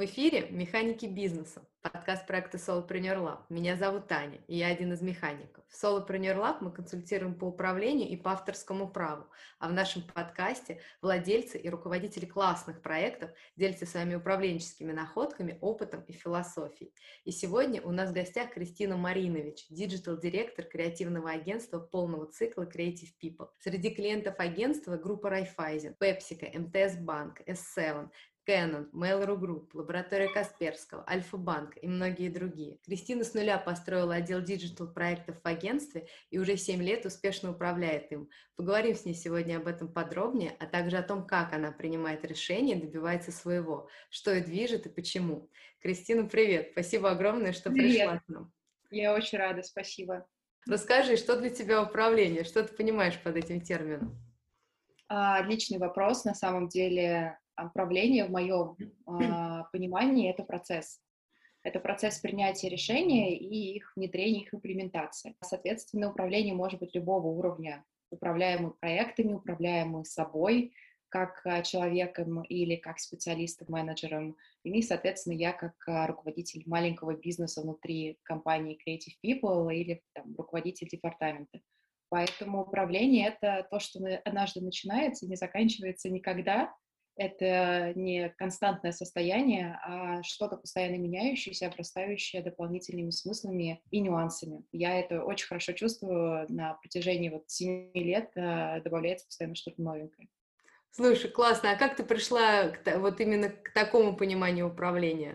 В эфире «Механики бизнеса», подкаст проекта Solopreneur Lab. Меня зовут Таня, и я один из механиков. В Solopreneur Lab мы консультируем по управлению и по авторскому праву, а в нашем подкасте владельцы и руководители классных проектов делятся своими управленческими находками, опытом и философией. И сегодня у нас в гостях Кристина Маринович, диджитал-директор креативного агентства полного цикла Creative People. Среди клиентов агентства группа Raiffeisen, PepsiCo, МТС Банк, S7, Canon, Mail.ru Group, лаборатория Касперского, Альфа-банк и многие другие. Кристина с нуля построила отдел диджитал-проектов в агентстве и уже 7 лет успешно управляет им. Поговорим с ней сегодня об этом подробнее, а также о том, как она принимает решения и добивается своего, что ее движет и почему. Кристина, привет! Спасибо огромное, что Привет, пришла к нам. я очень рада, спасибо. Расскажи, что для тебя управление, что ты понимаешь под этим термином? Отличный вопрос. На самом деле управление в моем понимании — это процесс. Это процесс принятия решений и их внедрения, их имплементации. Соответственно, управление может быть любого уровня. Управляем мы проектами, управляем мы собой, как человеком или как специалистом, менеджером. И, соответственно, я как руководитель маленького бизнеса внутри компании Creative People или там, руководитель департамента. Поэтому управление — это то, что однажды начинается и не заканчивается никогда. Это не константное состояние, а что-то постоянно меняющееся, обрастающее дополнительными смыслами и нюансами. Я это очень хорошо чувствую на протяжении 7 лет, добавляется постоянно что-то новенькое. Слушай, классно. А как ты пришла вот именно к такому пониманию управления?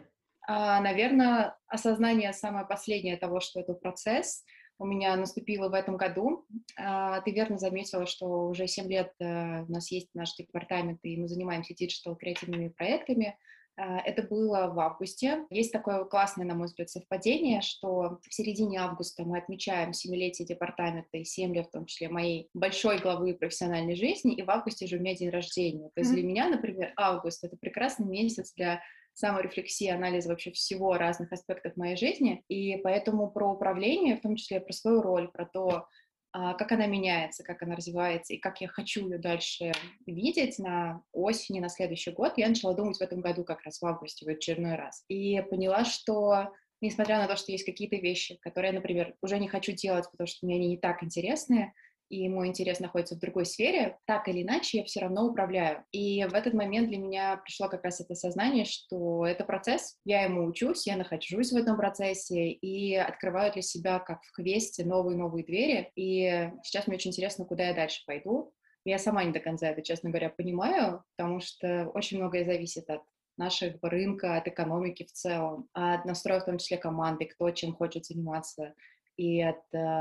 Наверное, осознание самое последнее того, что это процесс, у меня наступило в этом году. Ты верно заметила, что уже 7 лет у нас есть наш департамент, и мы занимаемся диджитал-креативными проектами. Это было в августе. Есть такое классное, на мой взгляд, совпадение, что в середине августа мы отмечаем 7-летие департамента и 7 лет, в том числе, моей большой главы профессиональной жизни, и в августе же у меня день рождения. То есть для меня, например, август — это прекрасный месяц для саморефлексии, анализа вообще всего разных аспектов моей жизни, и поэтому про управление, в том числе про свою роль, про то, как она меняется, как она развивается и как я хочу ее дальше видеть на осени, на следующий год, я начала думать в этом году, как раз в августе, в очередной раз. И поняла, что несмотря на то, что есть какие-то вещи, которые я, например, уже не хочу делать, потому что мне они не так интересны, и мой интерес находится в другой сфере, так или иначе я все равно управляю. И в этот момент для меня пришло как раз это сознание, что это процесс, я ему учусь, я нахожусь в этом процессе и открываю для себя, как в квесте, новые-новые двери. И сейчас мне очень интересно, куда я дальше пойду. Я сама не до конца это, честно говоря, понимаю, потому что очень многое зависит от нашего рынка, от экономики в целом, от настроя, в том числе, команды, кто чем хочет заниматься, и от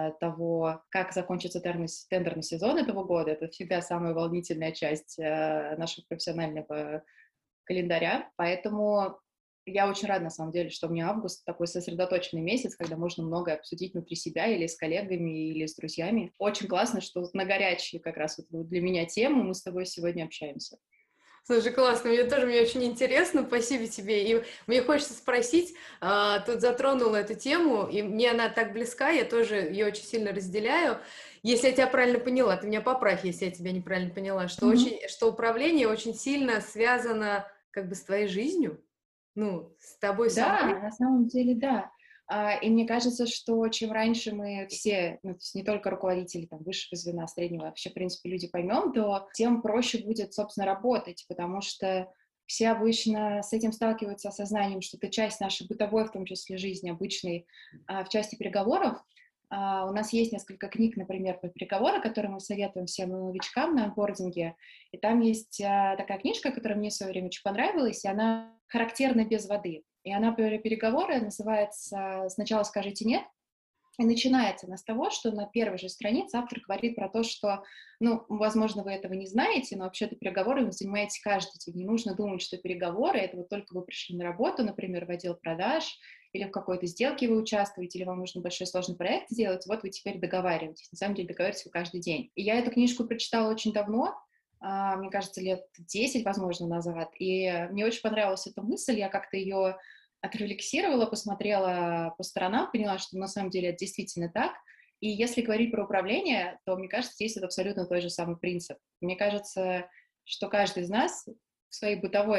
того, как закончится тендерный сезон этого года. Это всегда самая волнительная часть нашего профессионального календаря. Поэтому я очень рада, на самом деле, что у меня август такой сосредоточенный месяц, когда можно многое обсудить внутри себя или с коллегами, или с друзьями. Очень классно, что на горячие как раз вот для меня темы мы с тобой сегодня общаемся. Слушай, классно, мне очень интересно, спасибо тебе. И мне хочется спросить, тут затронула эту тему, и мне она так близка, я тоже ее очень сильно разделяю. Если я тебя правильно поняла, ты меня поправь, если я тебя неправильно поняла, что управление очень сильно связано как бы с твоей жизнью, ну, с тобой Да, самой. на самом деле, да. И мне кажется, что чем раньше мы все, ну, то есть не только руководители там, высшего звена, среднего, вообще, в принципе, люди поймем, то тем проще будет, собственно, работать, потому что все обычно с этим сталкиваются осознанием, что это часть нашей бытовой, в том числе, жизни обычной, в части переговоров. У нас есть несколько книг, например, по переговорам, которые мы советуем всем новичкам на онбординге. И там есть такая книжка, которая мне в свое время очень понравилась, и она характерна без воды. И она про переговоры называется «Сначала скажите нет». И начинается она с того, что на первой же странице автор говорит про то, что, ну, возможно, вы этого не знаете, но вообще-то переговорами вы занимаетесь каждый день. Не нужно думать, что переговоры — это вот только вы пришли на работу, например, в отдел продаж, или в какой-то сделке вы участвуете, или вам нужно большой сложный проект сделать, вот вы теперь договариваетесь. На самом деле договариваетесь вы каждый день. И я эту книжку прочитала очень давно, мне кажется, лет 10, возможно, назад, и мне очень понравилась эта мысль, я как-то ее отрефлексировала, посмотрела по сторонам, поняла, что на самом деле это действительно так. И если говорить про управление, то, мне кажется, здесь это абсолютно тот же самый принцип. Мне кажется, что каждый из нас в своей бытовой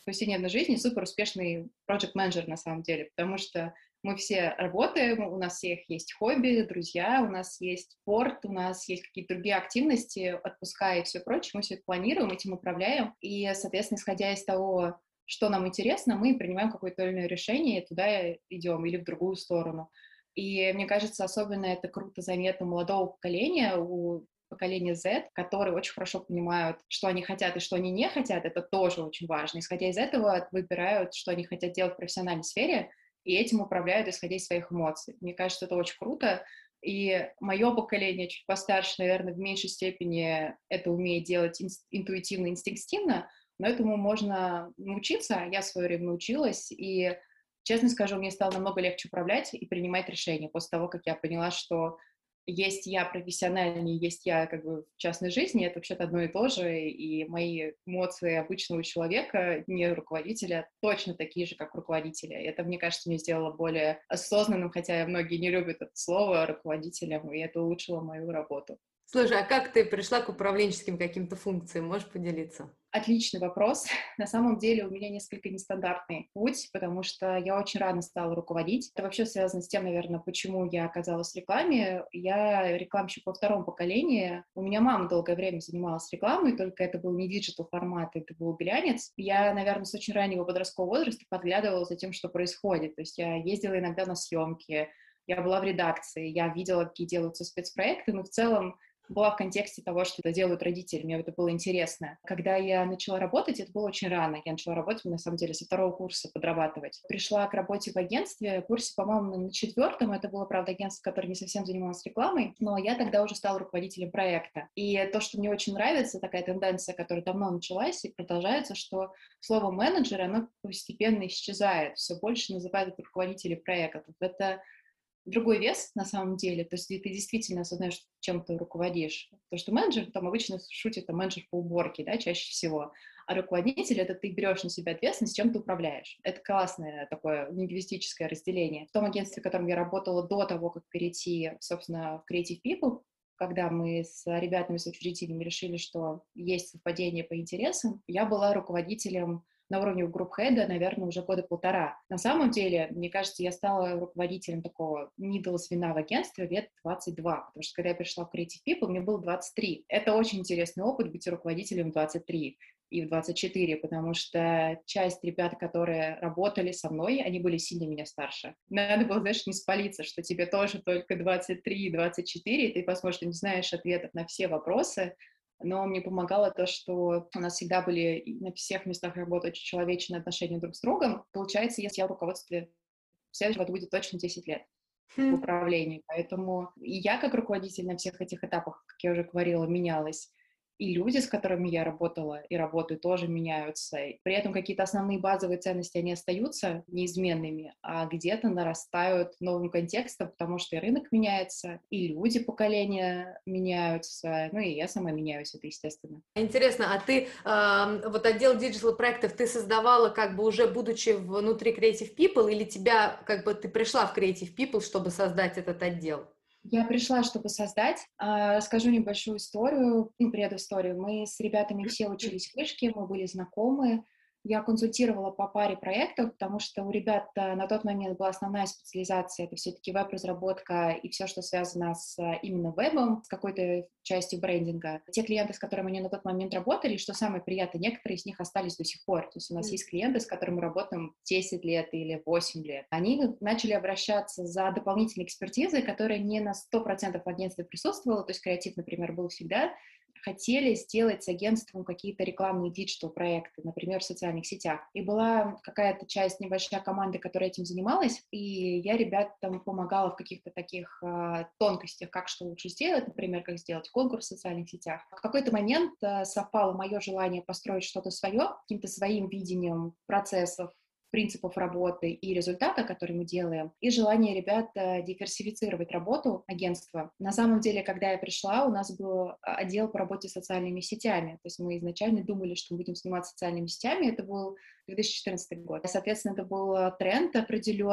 повседневной жизни супер успешный проект-менеджер на самом деле, потому что мы все работаем, у нас всех есть хобби, друзья, у нас есть спорт, у нас есть какие-то другие активности, отпуска и все прочее, мы все это планируем, этим управляем, и, соответственно, исходя из того, что нам интересно, мы принимаем какое-то или иное решение, и туда идем или в другую сторону. И мне кажется, особенно это круто заметно у молодого поколения, у поколения Z, которые очень хорошо понимают, что они хотят и что они не хотят, это тоже очень важно. Исходя из этого, выбирают, что они хотят делать в профессиональной сфере, и этим управляют, исходя из своих эмоций. Мне кажется, это очень круто. И мое поколение, чуть постарше, наверное, в меньшей степени это умеет делать интуитивно, инстинктивно, но этому можно научиться. Я в свое время научилась, и, честно скажу, мне стало намного легче управлять и принимать решения после того, как я поняла, что есть я профессиональный, есть я как бы в частной жизни, это вообще-то одно и то же, и мои эмоции обычного человека, не руководителя, точно такие же, как руководителя. И это, мне кажется, меня сделало более осознанным, хотя многие не любят это слово, руководителем, и это улучшило мою работу. Слушай, а как ты пришла к управленческим каким-то функциям? Можешь поделиться? Отличный вопрос. На самом деле у меня несколько нестандартный путь, потому что я очень рано стала руководить. Это вообще связано с тем, наверное, почему я оказалась в рекламе. Я рекламщик во втором поколении. У меня мама долгое время занималась рекламой, только это был не диджитал формат, это был глянец. Я, наверное, с очень раннего подросткового возраста подглядывала за тем, что происходит. То есть я ездила иногда на съемки, я была в редакции, я видела, какие делаются спецпроекты, но в целом была в контексте того, что это делают родители. Мне это было интересно. Когда я начала работать, это было очень рано. Я начала работать, на самом деле, со второго курса подрабатывать. Пришла к работе в агентстве. В курсе, по-моему, на четвертом. Это было, правда, агентство, которое не совсем занималось рекламой, но я тогда уже стала руководителем проекта. И то, что мне очень нравится, такая тенденция, которая давно началась и продолжается, что слово менеджер, оно постепенно исчезает. Все больше называют руководителей проектов. Это другой вес на самом деле, то есть ты действительно осознаешь, чем ты руководишь. Потому что менеджер, там обычно шутит, там менеджер по уборке, да, чаще всего. А руководитель — это ты берешь на себя ответственность, чем ты управляешь. Это классное такое лингвистическое разделение. В том агентстве, в котором я работала до того, как перейти, собственно, в Creative People, когда мы с ребятами, с учредителями решили, что есть совпадение по интересам, я была руководителем на уровне групп-хеда, наверное, уже года полтора. На самом деле, мне кажется, я стала руководителем такого middle звена в агентстве лет 22, потому что когда я пришла в Creative People, мне было 23. Это очень интересный опыт быть руководителем в 23 и в 24, потому что часть ребят, которые работали со мной, они были сильно меня старше. Надо было, знаешь, не спалиться, что тебе тоже только 23, 24, и ты, возможно, не знаешь ответов на все вопросы, но мне помогало то, что у нас всегда были на всех местах работы очень человечные отношения друг с другом. Получается, если я в руководстве, в следующем году будет точно 10 лет в Хм. управлении. Поэтому и я как руководитель на всех этих этапах, как я уже говорила, менялась. И люди, с которыми я работала и работаю, тоже меняются. И при этом какие-то основные базовые ценности, они остаются неизменными, а где-то нарастают новым контекстом, потому что и рынок меняется, и люди поколения меняются, ну и я сама меняюсь, это естественно. Интересно, а ты вот отдел диджитал проектов ты создавала как бы уже будучи внутри Creative People или тебя как бы ты пришла в Creative People, чтобы создать этот отдел? Я пришла, чтобы создать. Расскажу небольшую историю, ну, предысторию. Мы с ребятами все учились в вышке, мы были знакомы. Я консультировала по паре проектов, потому что у ребят на тот момент была основная специализация, это все-таки веб-разработка и все, что связано с именно вебом, с какой-то частью брендинга. Те клиенты, с которыми они на тот момент работали, что самое приятное, некоторые из них остались до сих пор. То есть у нас есть клиенты, с которыми мы работаем 10 лет или 8 лет. Они начали обращаться за дополнительной экспертизой, которая не на 100% в агентстве присутствовала, то есть креатив, например, был всегда, хотели сделать с агентством какие-то рекламные диджитал-проекты, например, в социальных сетях. И была какая-то часть, небольшая команда, которая этим занималась, и я ребятам помогала в каких-то таких тонкостях, как что лучше сделать, например, как сделать конкурс в социальных сетях. В какой-то момент совпало мое желание построить что-то свое, каким-то своим видением процессов, принципов работы и результата, который мы делаем, и желание ребят диверсифицировать работу агентства. На самом деле, когда я пришла, у нас был отдел по работе с социальными сетями. То есть мы изначально думали, что мы будем заниматься социальными сетями. Это был 2014 год. Соответственно, это был тренд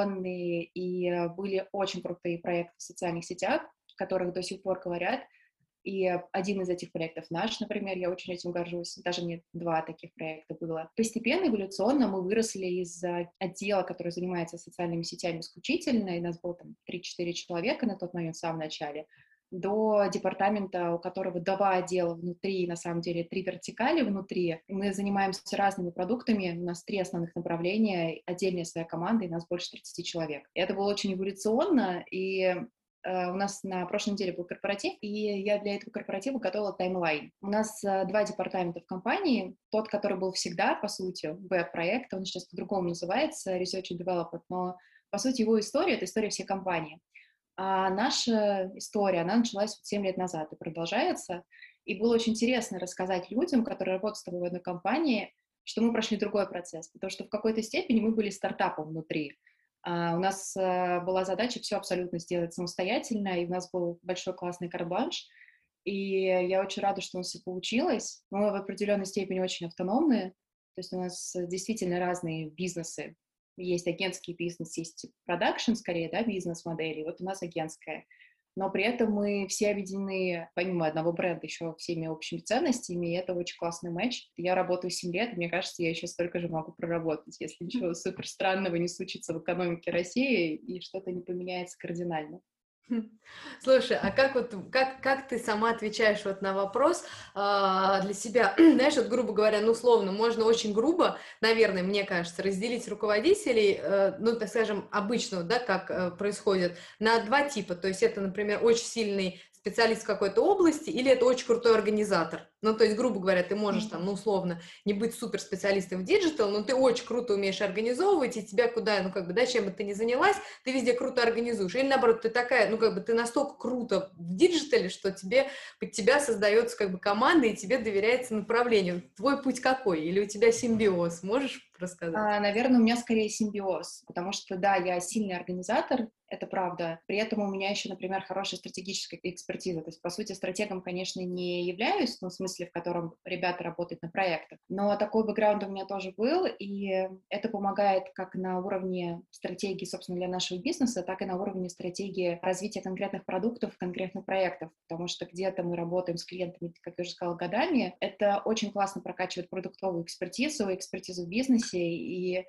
определенный, и были очень крутые проекты в социальных сетях, о которых до сих пор говорят. И один из этих проектов наш, например, я очень этим горжусь. Даже мне 2 таких проекта было. Постепенно, эволюционно мы выросли из отдела, который занимается социальными сетями исключительно, и нас было там 3-4 человека на тот момент в самом начале, до департамента, у которого 2 отдела внутри, на самом деле 3 вертикали внутри. Мы занимаемся разными продуктами, у нас 3 основных направления, отдельная своя команда, и нас больше 30 человек. И это было очень эволюционно, и у нас на прошлой неделе был корпоратив, и я для этого корпоратива готовила таймлайн. У нас 2 департамента в компании. Тот, который был всегда, по сути, веб-проект, он сейчас по-другому называется, Research and Development, но, по сути, его история — это история всей компании. А наша история, она началась 7 лет назад и продолжается. И было очень интересно рассказать людям, которые работают с тобой в одной компании, что мы прошли другой процесс, потому что в какой-то степени мы были стартапом внутри. У нас была задача все абсолютно сделать самостоятельно, и у нас был большой классный карт-бланш, и я очень рада, что у нас все получилось. Мы в определенной степени очень автономные, то есть у нас действительно разные бизнесы. Есть агентский бизнес, есть продакшн, скорее, да, бизнес-модели, вот у нас агентская. Но при этом мы все объединены, помимо одного бренда, еще всеми общими ценностями, и это очень классный матч. Я работаю 7 лет, и мне кажется, я еще столько же могу проработать, если ничего супер странного не случится в экономике России, и что-то не поменяется кардинально. Слушай, а как ты сама отвечаешь вот на вопрос для себя? Знаешь, вот грубо говоря, ну, условно, можно очень грубо, наверное, мне кажется, разделить руководителей, ну, так скажем, обычно, да, как происходит, на 2 типа. То есть это, например, очень сильный специалист в какой-то области или это очень крутой организатор. Ну, то есть, грубо говоря, ты можешь там, ну, условно, не быть суперспециалистом в диджитал, но ты очень круто умеешь организовывать, и тебя куда, ну, как бы, да, чем бы ты ни занялась, ты везде круто организуешь. Или, наоборот, ты такая, ну, как бы, ты настолько круто в диджитале, что под тебя создается, как бы, команда, и тебе доверяется направлению. Твой путь какой? Или у тебя симбиоз? Можешь рассказать? Наверное, у меня скорее симбиоз, потому что, да, я сильный организатор, это правда. При этом у меня еще, например, хорошая стратегическая экспертиза. То есть, по сути, стратегом, конечно, не являюсь, ну, в смысле, в котором ребята работают на проектах. Но такой бэкграунд у меня тоже был, и это помогает как на уровне стратегии, собственно, для нашего бизнеса, так и на уровне стратегии развития конкретных продуктов, конкретных проектов. Потому что где-то мы работаем с клиентами, как я уже сказала, годами. Это очень классно прокачивает продуктовую экспертизу в бизнесе, и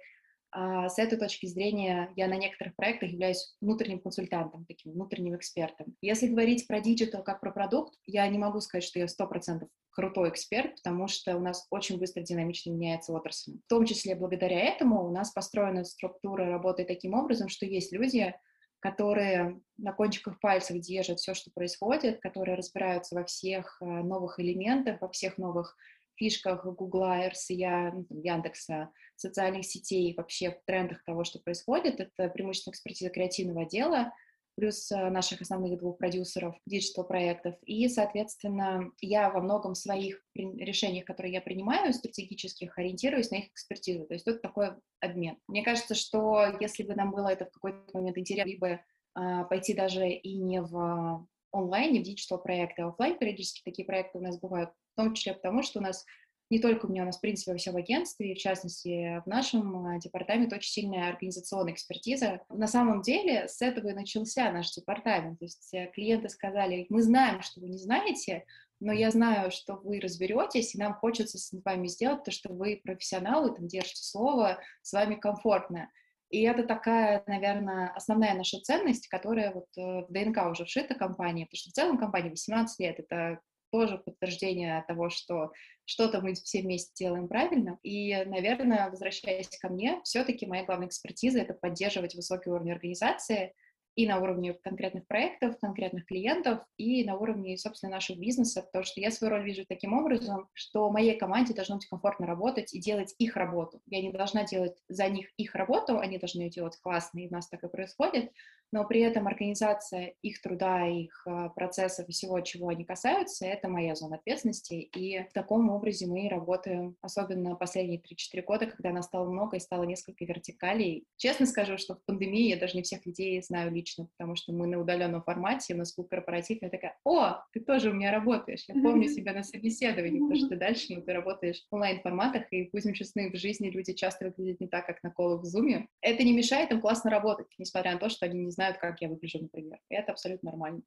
с этой точки зрения я на некоторых проектах являюсь внутренним консультантом, таким внутренним экспертом. Если говорить про диджитал как про продукт, я не могу сказать, что я 100% крутой эксперт, потому что у нас очень быстро динамично меняется отрасль. В том числе благодаря этому у нас построена структура работы таким образом, что есть люди, которые на кончиках пальцев держат все, что происходит, которые разбираются во всех новых элементах, во всех новых фишках Гугла, РСЯ, Яндекса, социальных сетей, вообще в трендах того, что происходит. Это преимущественно экспертиза креативного отдела, плюс наших основных 2 продюсеров диджитал-проектов. И, соответственно, я во многом в своих решениях, которые я принимаю, стратегических, ориентируюсь на их экспертизу. То есть тут такой обмен. Мне кажется, что если бы нам было это в какой-то момент интересно, либо пойти даже и не в онлайн, не в диджитал-проекты, а офлайн периодически такие проекты у нас бывают, в том числе потому, что у нас не только у меня, у нас, в принципе, во всем агентстве, в частности, в нашем департаменте очень сильная организационная экспертиза. На самом деле с этого и начался наш департамент. То есть клиенты сказали, мы знаем, что вы не знаете, но я знаю, что вы разберетесь, и нам хочется с вами сделать то, что вы профессионалы, там, держите слово, с вами комфортно. И это такая, наверное, основная наша ценность, которая вот в ДНК уже вшита компании, потому что в целом компании 18 лет, это тоже подтверждение того, что что-то мы все вместе делаем правильно. И, наверное, возвращаясь ко мне, все-таки моя главная экспертиза — это поддерживать высокий уровень организации и на уровне конкретных проектов, конкретных клиентов, и на уровне, собственно, нашего бизнеса, потому что я свою роль вижу таким образом, что моей команде должно быть комфортно работать и делать их работу. Я не должна делать за них их работу, они должны ее делать классно, и у нас так и происходит, но при этом организация их труда, их процессов и всего, чего они касаются, это моя зона ответственности, и в таком образе мы работаем, особенно последние 3-4 года, когда нас стало много и стало несколько вертикалей. Честно скажу, что в пандемии я даже не всех людей знаю лично, потому что мы на удаленном формате, у нас был корпоратив, и я такая: о, ты тоже у меня работаешь, я помню себя на собеседовании, потому что дальше ты работаешь в онлайн-форматах, и, будем честны, в жизни люди часто выглядят не так, как на колах в Зуме. Это не мешает им классно работать, несмотря на то, что они не знают, как я выгляжу, например. И это абсолютно нормально.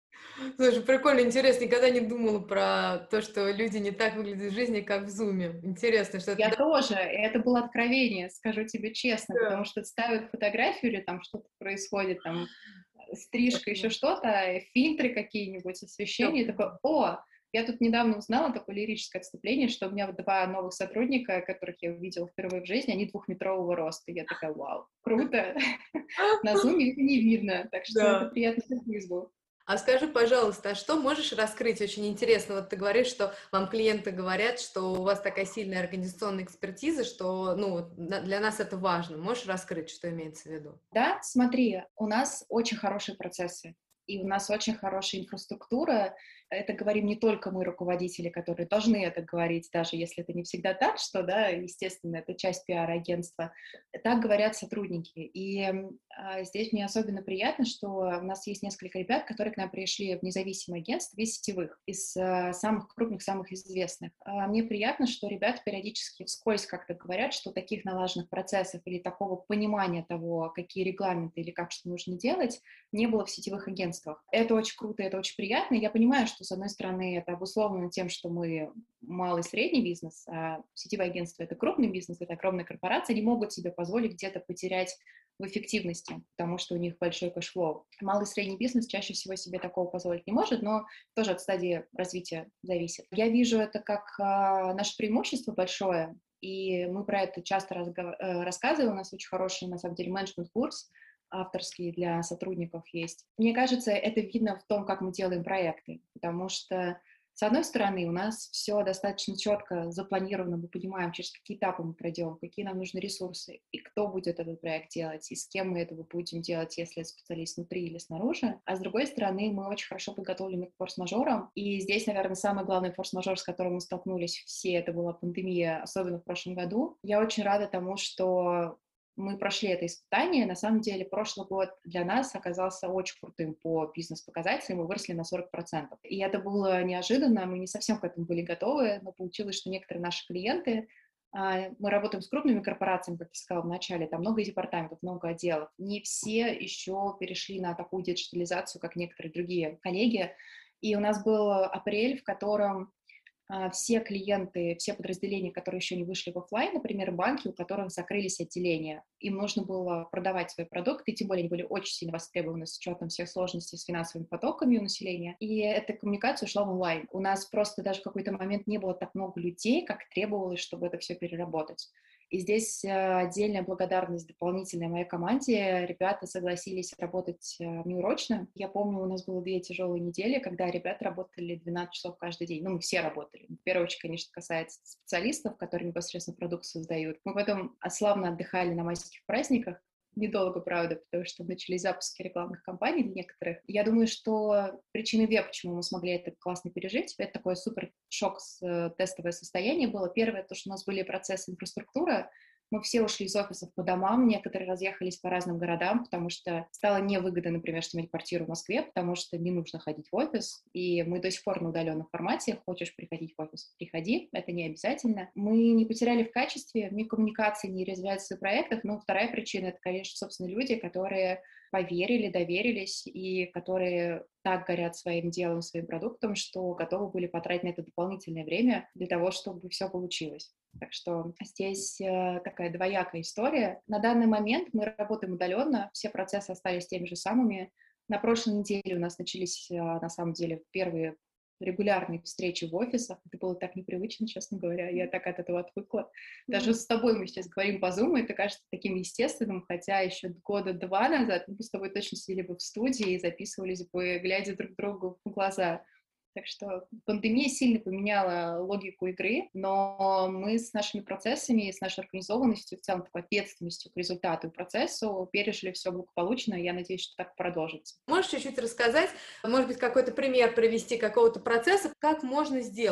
Слушай, прикольно, интересно, никогда не думала про то, что люди не так выглядят в жизни, как в зуме. Интересно, что это Я тоже, и это было откровение, скажу тебе честно, потому да. что ставят фотографию или там что-то происходит, там стрижка, еще Мгм. что-то, фильтры какие-нибудь, Всё освещение, и такой, поняла. о, я тут недавно узнала такое лирическое отступление, что у меня вот 2 новых сотрудника, которых я увидела впервые в жизни, они двухметрового роста. Я такая, вау, круто, на зуме это не видно, так что это Да. приятный сюрприз был. А скажи, пожалуйста, а что можешь раскрыть? Очень интересно. Вот ты говоришь, что вам клиенты говорят, что у вас такая сильная организационная экспертиза, что, ну, вот для нас это важно. Можешь раскрыть, что имеется в виду? Да, смотри, у нас очень хорошие процессы, и у нас очень хорошая инфраструктура. Это говорим не только мы, руководители, которые должны это говорить, даже если это не всегда так, что, да, естественно, это часть пиар-агентства. Так говорят сотрудники. И здесь мне особенно приятно, что у нас есть несколько ребят, которые к нам пришли в независимое агентство из сетевых, из самых крупных, самых известных. Мне приятно, что ребята периодически вскользь как-то говорят, что таких налаженных процессов или такого понимания того, какие регламенты или как что нужно делать, не было в сетевых агентствах. Это очень круто, это очень приятно. Я понимаю, что, с одной стороны, это обусловлено тем, что мы малый и средний бизнес, а сетевые агентства — это крупный бизнес, это огромная корпорация, они могут себе позволить где-то потерять в эффективности, потому что у них большой кэшфлоу. Малый и средний бизнес чаще всего себе такого позволить не может, но тоже от стадии развития зависит. Я вижу это как наше преимущество большое, и мы про это часто рассказываем. У нас очень хороший, на самом деле, менеджмент-курс авторский для сотрудников есть. Мне кажется, это видно в том, как мы делаем проекты, потому что, с одной стороны, у нас все достаточно четко запланировано, мы понимаем, через какие этапы мы пройдем, какие нам нужны ресурсы, и кто будет этот проект делать, и с кем мы этого будем делать, если это специалист внутри или снаружи. А с другой стороны, мы очень хорошо подготовлены к форс-мажорам, и здесь, наверное, самый главный форс-мажор, с которым мы столкнулись все, это была пандемия, особенно в прошлом году. Я очень рада тому, что мы прошли это испытание. На самом деле, прошлый год для нас оказался очень крутым по бизнес-показателям. Мы выросли на 40%. И это было неожиданно, мы не совсем к этому были готовы, но получилось, что некоторые наши клиенты, мы работаем с крупными корпорациями, как я сказала в начале, там много департаментов, много отделов. Не все еще перешли на такую диджитализацию, как некоторые другие коллеги. И у нас был апрель, в котором все клиенты, все подразделения, которые еще не вышли в офлайн, например, банки, у которых закрылись отделения, им нужно было продавать свои продукты, и тем более они были очень сильно востребованы с учетом всех сложностей с финансовыми потоками у населения, и эта коммуникация ушла в онлайн. У нас просто даже в какой-то момент не было так много людей, как требовалось, чтобы это все переработать. И здесь отдельная благодарность дополнительная моей команде. Ребята согласились работать неурочно. Я помню, у нас было 2 тяжелые недели, когда ребята работали 12 часов каждый день. Ну, мы все работали. В первую очередь, конечно, касается специалистов, которые непосредственно продукт создают. Мы потом славно отдыхали на майских праздниках. Недолго, правда, потому что начались запуски рекламных кампаний для некоторых. Я думаю, что причины 2, почему мы смогли это классно пережить, это такой супер шок, тестовое состояние было. Первое, то, что у нас были процессы инфраструктура, мы все ушли из офисов по домам, некоторые разъехались по разным городам, потому что стало невыгодно, например, снимать квартиру в Москве, потому что не нужно ходить в офис, и мы до сих пор на удаленном формате. Хочешь приходить в офис — приходи, это не обязательно. Мы не потеряли в качестве, ни коммуникации, ни реализации проектов, но вторая причина — это, конечно, собственно, люди, которые поверили, доверились и которые так горят своим делом, своим продуктом, что готовы были потратить на это дополнительное время для того, чтобы все получилось. Так что здесь такая двоякая история. На данный момент мы работаем удаленно, все процессы остались теми же самыми. На прошлой неделе у нас начались, на самом деле, первые регулярные встречи в офисах. Это было так непривычно, честно говоря. Я так от этого отвыкла. Даже с тобой мы сейчас говорим по Zoom, и это кажется таким естественным, хотя еще года 2 назад мы с тобой точно сидели бы в студии и записывались бы, глядя друг другу в глаза. Так что пандемия сильно поменяла логику игры, но мы с нашими процессами, с нашей организованностью, в целом такой ответственностью к результату и процессу пережили все благополучно, и я надеюсь, что так продолжится. Можешь чуть-чуть рассказать, может быть, какой-то пример привести какого-то процесса, как можно сделать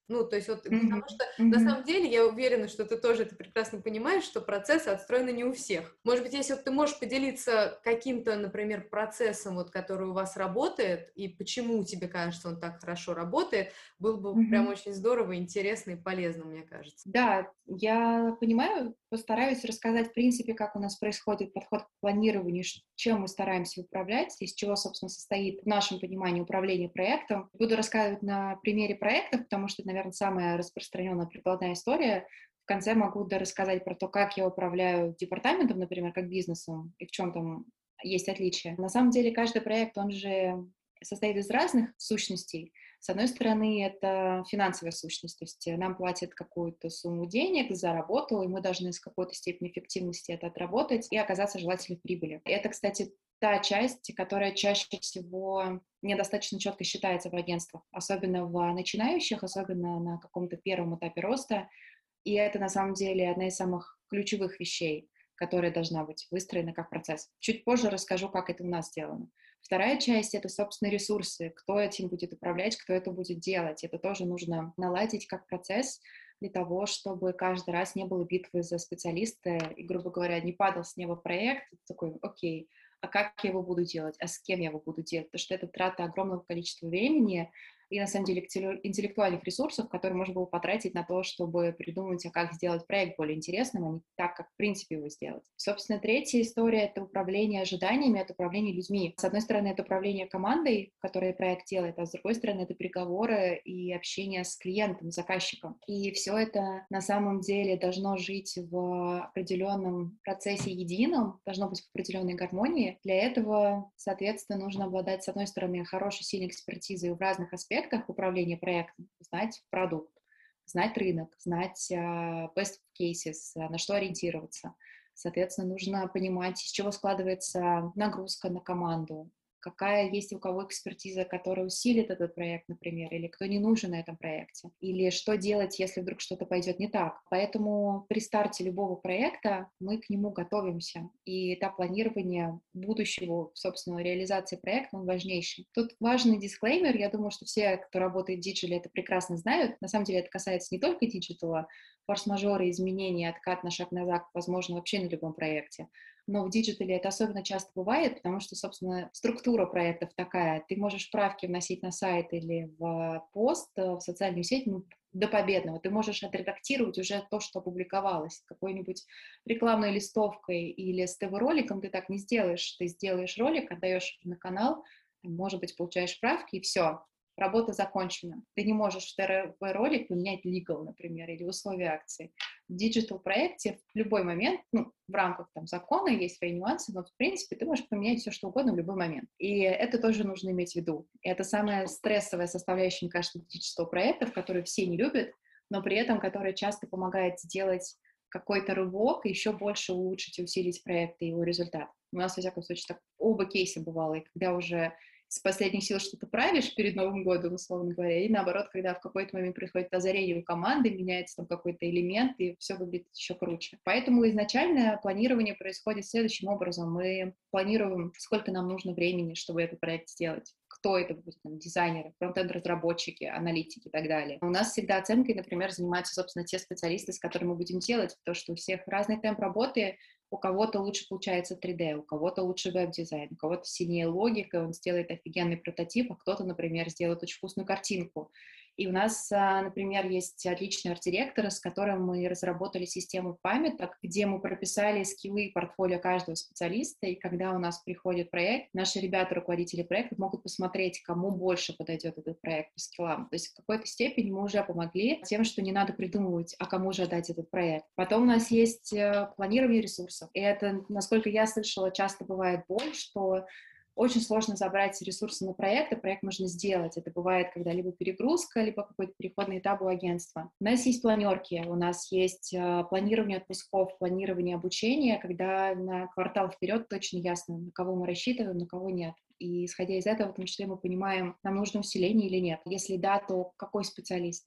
Ну, то есть вот, потому Мгм. что на Мгм. самом деле я уверена, что ты тоже это прекрасно понимаешь, что процессы отстроены не у всех. Может быть, если вот ты можешь поделиться каким-то, например, процессом, вот, который у вас работает, и почему тебе кажется, он так хорошо работает, было бы прям Мгм. очень здорово, интересно и полезно, мне кажется. Да, я понимаю, постараюсь рассказать, в принципе, как у нас происходит подход к планированию, чем мы стараемся управлять, из чего, собственно, состоит в нашем понимании управление проектом. Буду рассказывать на примере проектов, потому что это, наверное, самая распространенная прикладная история. В конце могу рассказать про то, как я управляю департаментом, например, как бизнесом, и в чем там есть отличие. На самом деле, каждый проект, он же состоит из разных сущностей. С одной стороны, это финансовая сущность, то есть нам платят какую-то сумму денег за работу, и мы должны с какой-то степенью эффективности это отработать и оказаться желательно в прибыли. И это, кстати, та часть, которая чаще всего недостаточно четко считается в агентствах, особенно в начинающих, особенно на каком-то первом этапе роста. И это, на самом деле, одна из самых ключевых вещей, которая должна быть выстроена как процесс. Чуть позже расскажу, как это у нас сделано. Вторая часть — это, собственно, ресурсы. Кто этим будет управлять, кто это будет делать. Это тоже нужно наладить как процесс для того, чтобы каждый раз не было битвы за специалиста и, грубо говоря, не падал с неба проект, такой, окей, а как я его буду делать, а с кем я его буду делать, потому что это трата огромного количества времени и, на самом деле, интеллектуальных ресурсов, которые можно было потратить на то, чтобы придумать, а как сделать проект более интересным, а не так, как в принципе его сделать. Собственно, третья история — это управление ожиданиями, это управление людьми. С одной стороны, это управление командой, которая проект делает, а с другой стороны, это переговоры и общение с клиентом, заказчиком. И все это на самом деле должно жить в определенном процессе едином, должно быть в определенной гармонии. Для этого, соответственно, нужно обладать, с одной стороны, хорошей, сильной экспертизой в разных аспектах управления проектом, знать продукт, знать рынок, знать best cases, на что ориентироваться. Соответственно, нужно понимать, из чего складывается нагрузка на команду, какая есть у кого экспертиза, которая усилит этот проект, например, или кто не нужен на этом проекте, или что делать, если вдруг что-то пойдет не так. Поэтому при старте любого проекта мы к нему готовимся, и этап планирования будущего, собственно, реализации проекта, он важнейший. Тут важный дисклеймер, я думаю, что все, кто работает в диджитале, это прекрасно знают. На самом деле это касается не только диджитала, форс-мажоры, изменения, откат на шаг назад, возможно, вообще на любом проекте. Но в диджитале это особенно часто бывает, потому что, собственно, структура проектов такая. Ты можешь правки вносить на сайт или в пост, в социальную сеть, ну, до победного. Ты можешь отредактировать уже то, что опубликовалось. Какой-нибудь рекламной листовкой или с ТВ-роликом ты так не сделаешь. Ты сделаешь ролик, отдаешь на канал, может быть, получаешь правки, и все. Работа закончена. Ты не можешь в ТВ-ролик поменять legal, например, или условия акции. В диджитал-проекте в любой момент, ну, в рамках там закона есть свои нюансы, но в принципе ты можешь поменять все, что угодно в любой момент. И это тоже нужно иметь в виду. И это самая стрессовая составляющая, мне кажется, диджитал-проектов, которые все не любят, но при этом которая часто помогает сделать какой-то рывок и еще больше улучшить и усилить проект и его результат. У нас, во всяком случае, так оба кейса бывало, и когда уже с последних сил что-то правишь перед Новым годом, условно говоря, и наоборот, когда в какой-то момент приходит озарение у команды, меняется там какой-то элемент, и все выглядит еще круче. Поэтому изначально планирование происходит следующим образом. Мы планируем, сколько нам нужно времени, чтобы этот проект сделать. Кто это будет, там, дизайнеры, фронтенд-разработчики, аналитики и так далее. У нас всегда оценкой, например, занимаются, собственно, те специалисты, с которыми мы будем делать, потому что у всех разный темп работы, у кого-то лучше получается 3D, у кого-то лучше веб-дизайн, у кого-то сильнее логика, он сделает офигенный прототип, а кто-то, например, сделает очень вкусную картинку. И у нас, например, есть отличный арт-директор, с которым мы разработали систему памяток, где мы прописали скиллы и портфолио каждого специалиста, и когда у нас приходит проект, наши ребята, руководители проектов, могут посмотреть, кому больше подойдет этот проект по скиллам. То есть в какой-то степени мы уже помогли тем, что не надо придумывать, а кому же отдать этот проект. Потом у нас есть планирование ресурсов. И это, насколько я слышала, часто бывает боль, что очень сложно забрать ресурсы на проект, а проект можно сделать. Это бывает, когда либо перегрузка, либо какой-то переходный этап у агентства. У нас есть планерки, у нас есть планирование отпусков, планирование обучения, когда на квартал вперед точно ясно, на кого мы рассчитываем, на кого нет. И исходя из этого, в том числе, мы понимаем, нам нужно усиление или нет. Если да, то какой специалист,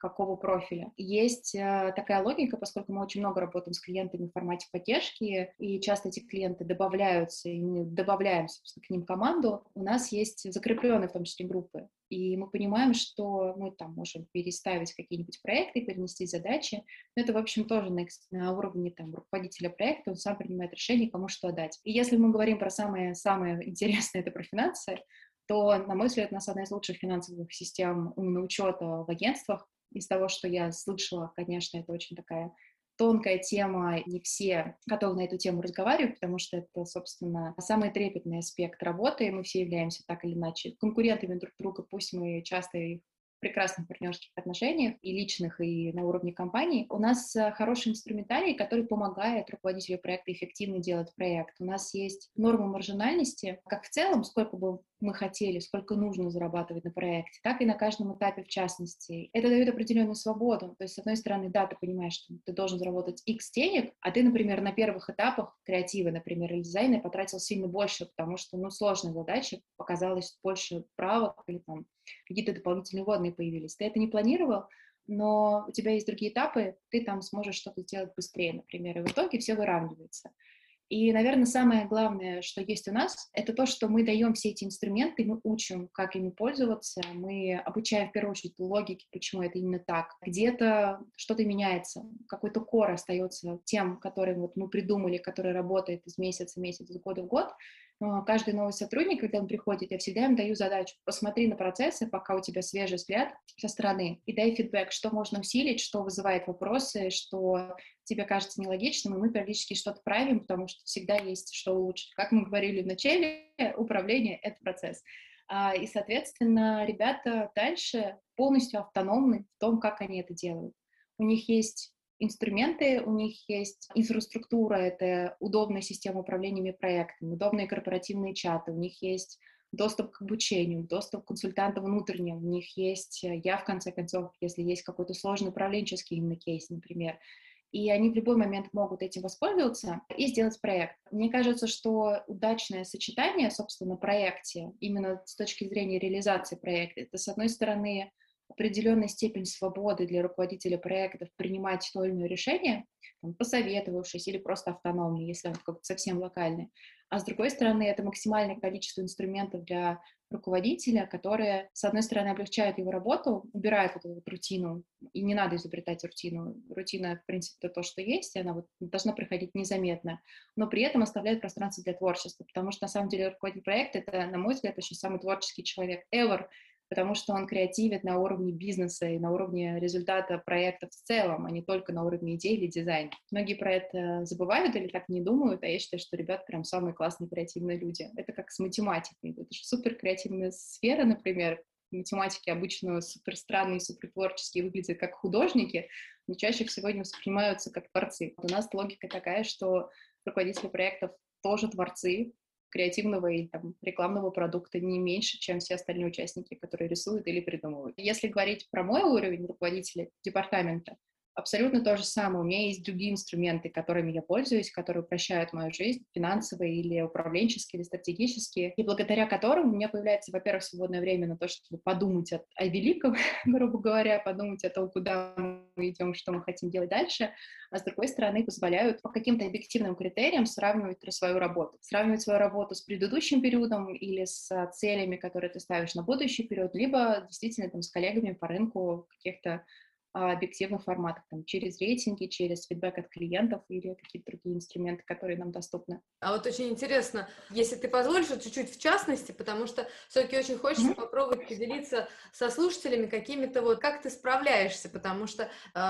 какого профиля. Есть такая логика, поскольку мы очень много работаем с клиентами в формате поддержки, и часто эти клиенты добавляются, и мы добавляем, собственно, к ним команду, у нас есть закрепленные в том числе группы. И мы понимаем, что мы там можем переставить какие-нибудь проекты, перенести задачи. Но это, в общем, тоже на уровне там, руководителя проекта, он сам принимает решение, кому что дать. И если мы говорим про самое интересное, это про финансы, то, на мой взгляд, у нас одна из лучших финансовых систем именно учета в агентствах. Из того, что я слышала, конечно, это очень такая тонкая тема, не все готовы на эту тему разговаривать, потому что это, собственно, самый трепетный аспект работы, и мы все являемся так или иначе конкурентами друг друга, пусть мы часто и в прекрасных партнерских отношениях, и личных, и на уровне компании. У нас хороший инструментарий, который помогает руководителю проекта эффективно делать проект. У нас есть норма маржинальности, как в целом, сколько бы мы хотели, сколько нужно зарабатывать на проекте, так и на каждом этапе в частности. Это дает определенную свободу. То есть, с одной стороны, да, ты понимаешь, что ты должен заработать X денег, а ты, например, на первых этапах креатива, например, или дизайна потратил сильно больше, потому что, сложная задача, показалось больше правок или там какие-то дополнительные вводные появились. Ты это не планировал, но у тебя есть другие этапы, ты там сможешь что-то сделать быстрее, например, и в итоге все выравнивается. И, наверное, самое главное, что есть у нас, это то, что мы даем все эти инструменты, мы учим, как ими пользоваться, мы обучаем, в первую очередь, логике, почему это именно так. Где-то что-то меняется, какой-то кор остается тем, который вот мы придумали, который работает из месяца в месяц, из года в год. Но каждый новый сотрудник, когда он приходит, я всегда им даю задачу: посмотри на процессы, пока у тебя свежий взгляд со стороны, и дай фидбэк, что можно усилить, что вызывает вопросы, что тебе кажется нелогичным, и мы периодически что-то правим, потому что всегда есть что улучшить. Как мы говорили в начале, управление — это процесс. И, соответственно, ребята дальше полностью автономны в том, как они это делают. У них есть инструменты, у них есть инфраструктура, это удобная система управления проектами, удобные корпоративные чаты, у них есть доступ к обучению, доступ к консультантам внутренним, у них есть я, в конце концов, если есть какой-то сложный управленческий именно кейс, например, и они в любой момент могут этим воспользоваться и сделать проект. Мне кажется, что удачное сочетание, собственно, в проекте, именно с точки зрения реализации проекта, это, с одной стороны, определенная степень свободы для руководителя проектов принимать то или иное решение, там, посоветовавшись или просто автономно, если он как-то совсем локальный. А с другой стороны, это максимальное количество инструментов для руководителя, которые, с одной стороны, облегчают его работу, убирают вот эту вот рутину, и не надо изобретать рутину. Рутина, в принципе, это то, что есть, и она вот должна проходить незаметно, но при этом оставляет пространство для творчества, потому что, на самом деле, руководитель проекта — это, на мой взгляд, очень самый творческий человек ever, потому что он креативит на уровне бизнеса и на уровне результата проекта в целом, а не только на уровне идей или дизайна. Многие про это забывают или так не думают, а я считаю, что ребята прям самые классные креативные люди. Это как с математикой. Это же супер креативная сфера, например. Математики обычно супер странные, супер творческие, выглядят как художники, но чаще всего не воспринимаются как творцы. У нас логика такая, что руководители проектов тоже творцы креативного и там, рекламного продукта не меньше, чем все остальные участники, которые рисуют или придумывают. Если говорить про мой уровень руководителя департамента, абсолютно то же самое. У меня есть другие инструменты, которыми я пользуюсь, которые упрощают мою жизнь, финансовые или управленческие, или стратегические, и благодаря которым у меня появляется, во-первых, свободное время на то, чтобы подумать о великом, грубо говоря, подумать о том, куда мы идем, что мы хотим делать дальше, а с другой стороны позволяют по каким-то объективным критериям сравнивать свою работу. Сравнивать свою работу с предыдущим периодом или с целями, которые ты ставишь на будущий период, либо действительно там, с коллегами по рынку каких-то объективных форматах, там, через рейтинги, через фидбэк от клиентов или какие-то другие инструменты, которые нам доступны. А вот очень интересно, если ты позволишь, вот чуть-чуть в частности, потому что все-таки очень хочется попробовать поделиться со слушателями какими-то вот, как ты справляешься, потому что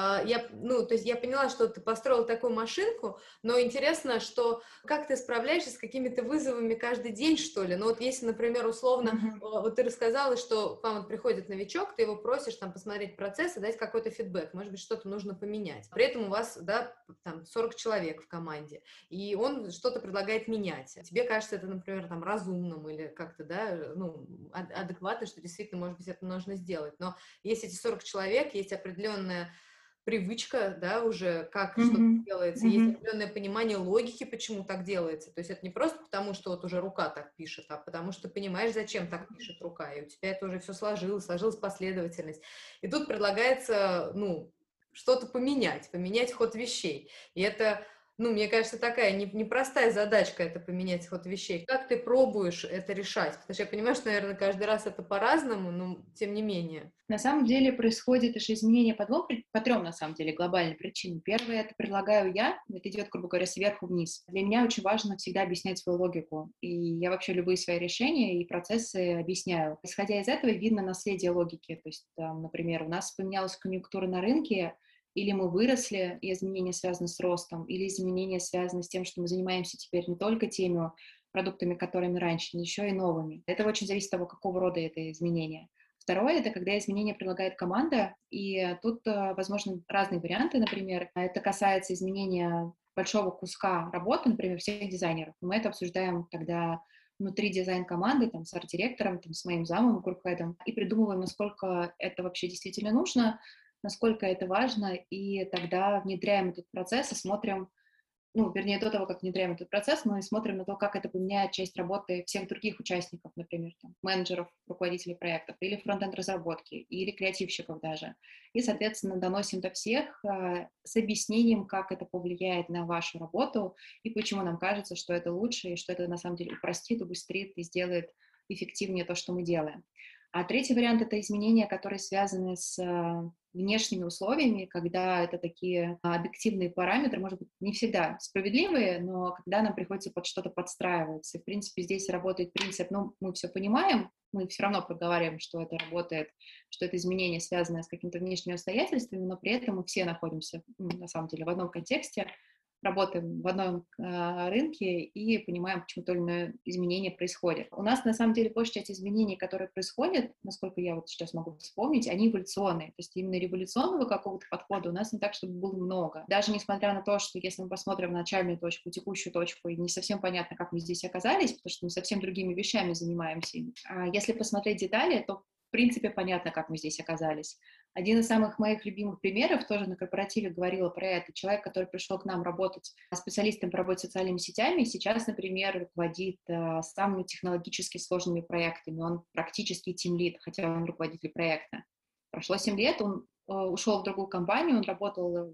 то есть я поняла, что ты построил такую машинку, но интересно, что как ты справляешься с какими-то вызовами каждый день, что ли? Ну вот если, например, условно, вот ты рассказала, что к вам вот приходит новичок, ты его просишь там посмотреть процесс и дать какой-то фидбэк, может быть, что-то нужно поменять. При этом у вас, да, там 40 человек в команде, и он что-то предлагает менять. Тебе кажется это, например, там, разумным или как-то, да, адекватно, что действительно, может быть, это нужно сделать. Но есть эти 40 человек, есть определенная привычка, да, уже как что-то Мгм. делается, есть Мгм. определенное понимание логики, почему так делается. То есть это не просто потому, что вот уже рука так пишет, а потому что понимаешь, зачем так пишет рука, и у тебя это уже все сложилась последовательность. И тут предлагается, ну, что-то поменять ход вещей. И это, ну, мне кажется, такая непростая задачка — это поменять ход вещей. Как ты пробуешь это решать? Потому что я понимаю, что, наверное, каждый раз это по-разному, но тем не менее. На самом деле происходит же изменение по трем, на самом деле, глобальным причинам. Первое — это предлагаю я, это идет, грубо говоря, сверху вниз. Для меня очень важно всегда объяснять свою логику, и я вообще любые свои решения и процессы объясняю. Исходя из этого, видно наследие логики. То есть, там, например, у нас поменялась конъюнктура на рынке, или мы выросли, и изменения связаны с ростом, или изменения связаны с тем, что мы занимаемся теперь не только теми продуктами, которыми раньше, но еще и новыми. Это очень зависит от того, какого рода это изменения. Второе — это когда изменения предлагает команда, и тут возможны разные варианты, например, это касается изменения большого куска работы, например, всех дизайнеров. Мы это обсуждаем тогда внутри дизайн-команды, там, с арт-директором, там, с моим замом, групп-хедом, и придумываем, насколько это вообще действительно нужно, насколько это важно, и тогда внедряем этот процесс и смотрим, ну, вернее, до того, как внедряем этот процесс, мы смотрим на то, как это поменяет часть работы всех других участников, например, там, менеджеров, руководителей проектов, или фронт-энд разработки, или креативщиков даже. И, соответственно, доносим до всех с объяснением, как это повлияет на вашу работу, и почему нам кажется, что это лучше, и что это на самом деле упростит, убыстрит и сделает эффективнее то, что мы делаем. А третий вариант — это изменения, которые связаны с внешними условиями, когда это такие объективные параметры, может быть, не всегда справедливые, но когда нам приходится под что-то подстраиваться. И, в принципе, здесь работает принцип, ну, мы все понимаем, мы все равно проговариваем, что это работает, что это изменение связано с какими-то внешними обстоятельствами, но при этом мы все находимся, на самом деле, в одном контексте, работаем в одном рынке и понимаем, почему то или иное изменение происходит. У нас, на самом деле, большая часть изменений, которые происходят, насколько я вот сейчас могу вспомнить, они эволюционные. То есть именно революционного какого-то подхода у нас не так, чтобы было много. Даже несмотря на то, что если мы посмотрим на начальную точку, текущую точку, и не совсем понятно, как мы здесь оказались, потому что мы совсем другими вещами занимаемся. А если посмотреть детали, то в принципе понятно, как мы здесь оказались. Один из самых моих любимых примеров, тоже на корпоративе говорила про это, человек, который пришел к нам работать специалистом по работе с социальными сетями, сейчас, например, руководит самыми технологически сложными проектами, он практически тимлид, хотя он руководитель проекта. Прошло 7 лет, он ушел в другую компанию, он работал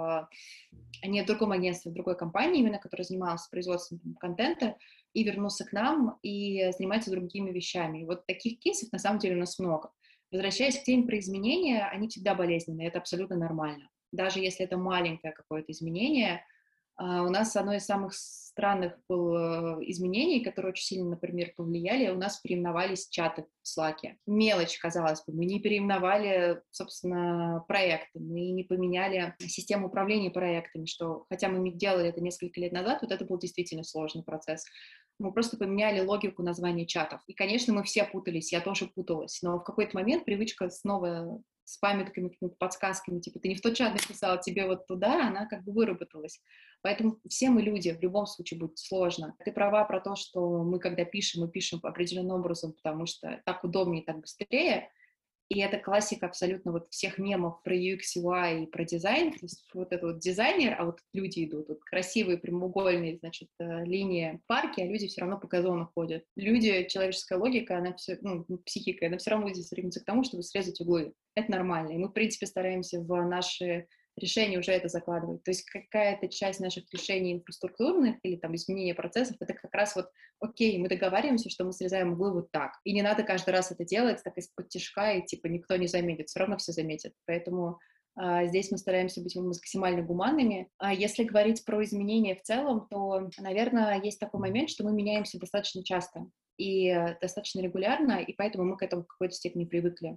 не в другом агентстве, в другой компании, именно которая занималась производством контента, и вернулся к нам и занимается другими вещами. И вот таких кейсов на самом деле у нас много. Возвращаясь к теме про изменения, они всегда болезненные, это абсолютно нормально. Даже если это маленькое какое-то изменение, у нас одно из самых странных было изменений, которые очень сильно, например, повлияли. У нас переименовались чаты в Slack. Мелочь, казалось бы. Мы не переименовали, собственно, проекты, мы не поменяли систему управления проектами, что, хотя мы делали это несколько лет назад, вот это был действительно сложный процесс. Мы просто поменяли логику названия чатов. И, конечно, мы все путались, я тоже путалась, но в какой-то момент привычка снова с памятками, какими-то подсказками, типа, ты не в тот чат написал, тебе вот туда, она как бы выработалась. Поэтому все мы люди, в любом случае будет сложно. Ты права про то, что мы, когда пишем, мы пишем определенным образом, потому что так удобнее, так быстрее. И это классика абсолютно вот всех мемов про UX, UI и про дизайн. То есть вот это вот дизайнер, а вот люди идут, вот красивые прямоугольные, значит, линии парки, а люди все равно по газону ходят. Люди, человеческая логика, она все, ну, психика, она все равно будет стремиться к тому, чтобы срезать углы. Это нормально. И мы, в принципе, стараемся в наши решения уже это закладывать. То есть какая-то часть наших решений инфраструктурных или там изменения процессов, это как раз вот, окей, мы договариваемся, что мы срезаем углы вот так. И не надо каждый раз это делать так из-под тишка, и типа никто не заметит, все равно все заметят. Поэтому здесь мы стараемся быть максимально гуманными. А если говорить про изменения в целом, то, наверное, есть такой момент, что мы меняемся достаточно часто и достаточно регулярно, и поэтому мы к этому в какой-то степени привыкли.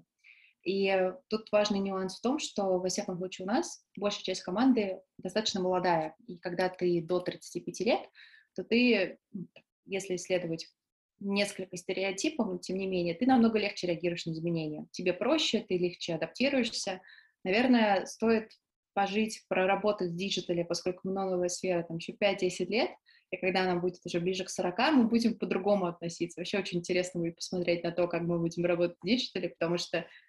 И тут важный нюанс в том, что, во всяком случае, у нас большая часть команды достаточно молодая. И когда ты до 35 лет, то ты, если исследовать несколько стереотипов, но тем не менее, ты намного легче реагируешь на изменения. Тебе проще, ты легче адаптируешься. Наверное, стоит пожить, проработать в диджитале, поскольку мы новая сфера, там еще 5-10 лет, и когда она будет уже ближе к 40, мы будем по-другому относиться. Вообще очень интересно будет посмотреть на то, как мы будем работать в диджитале, потому что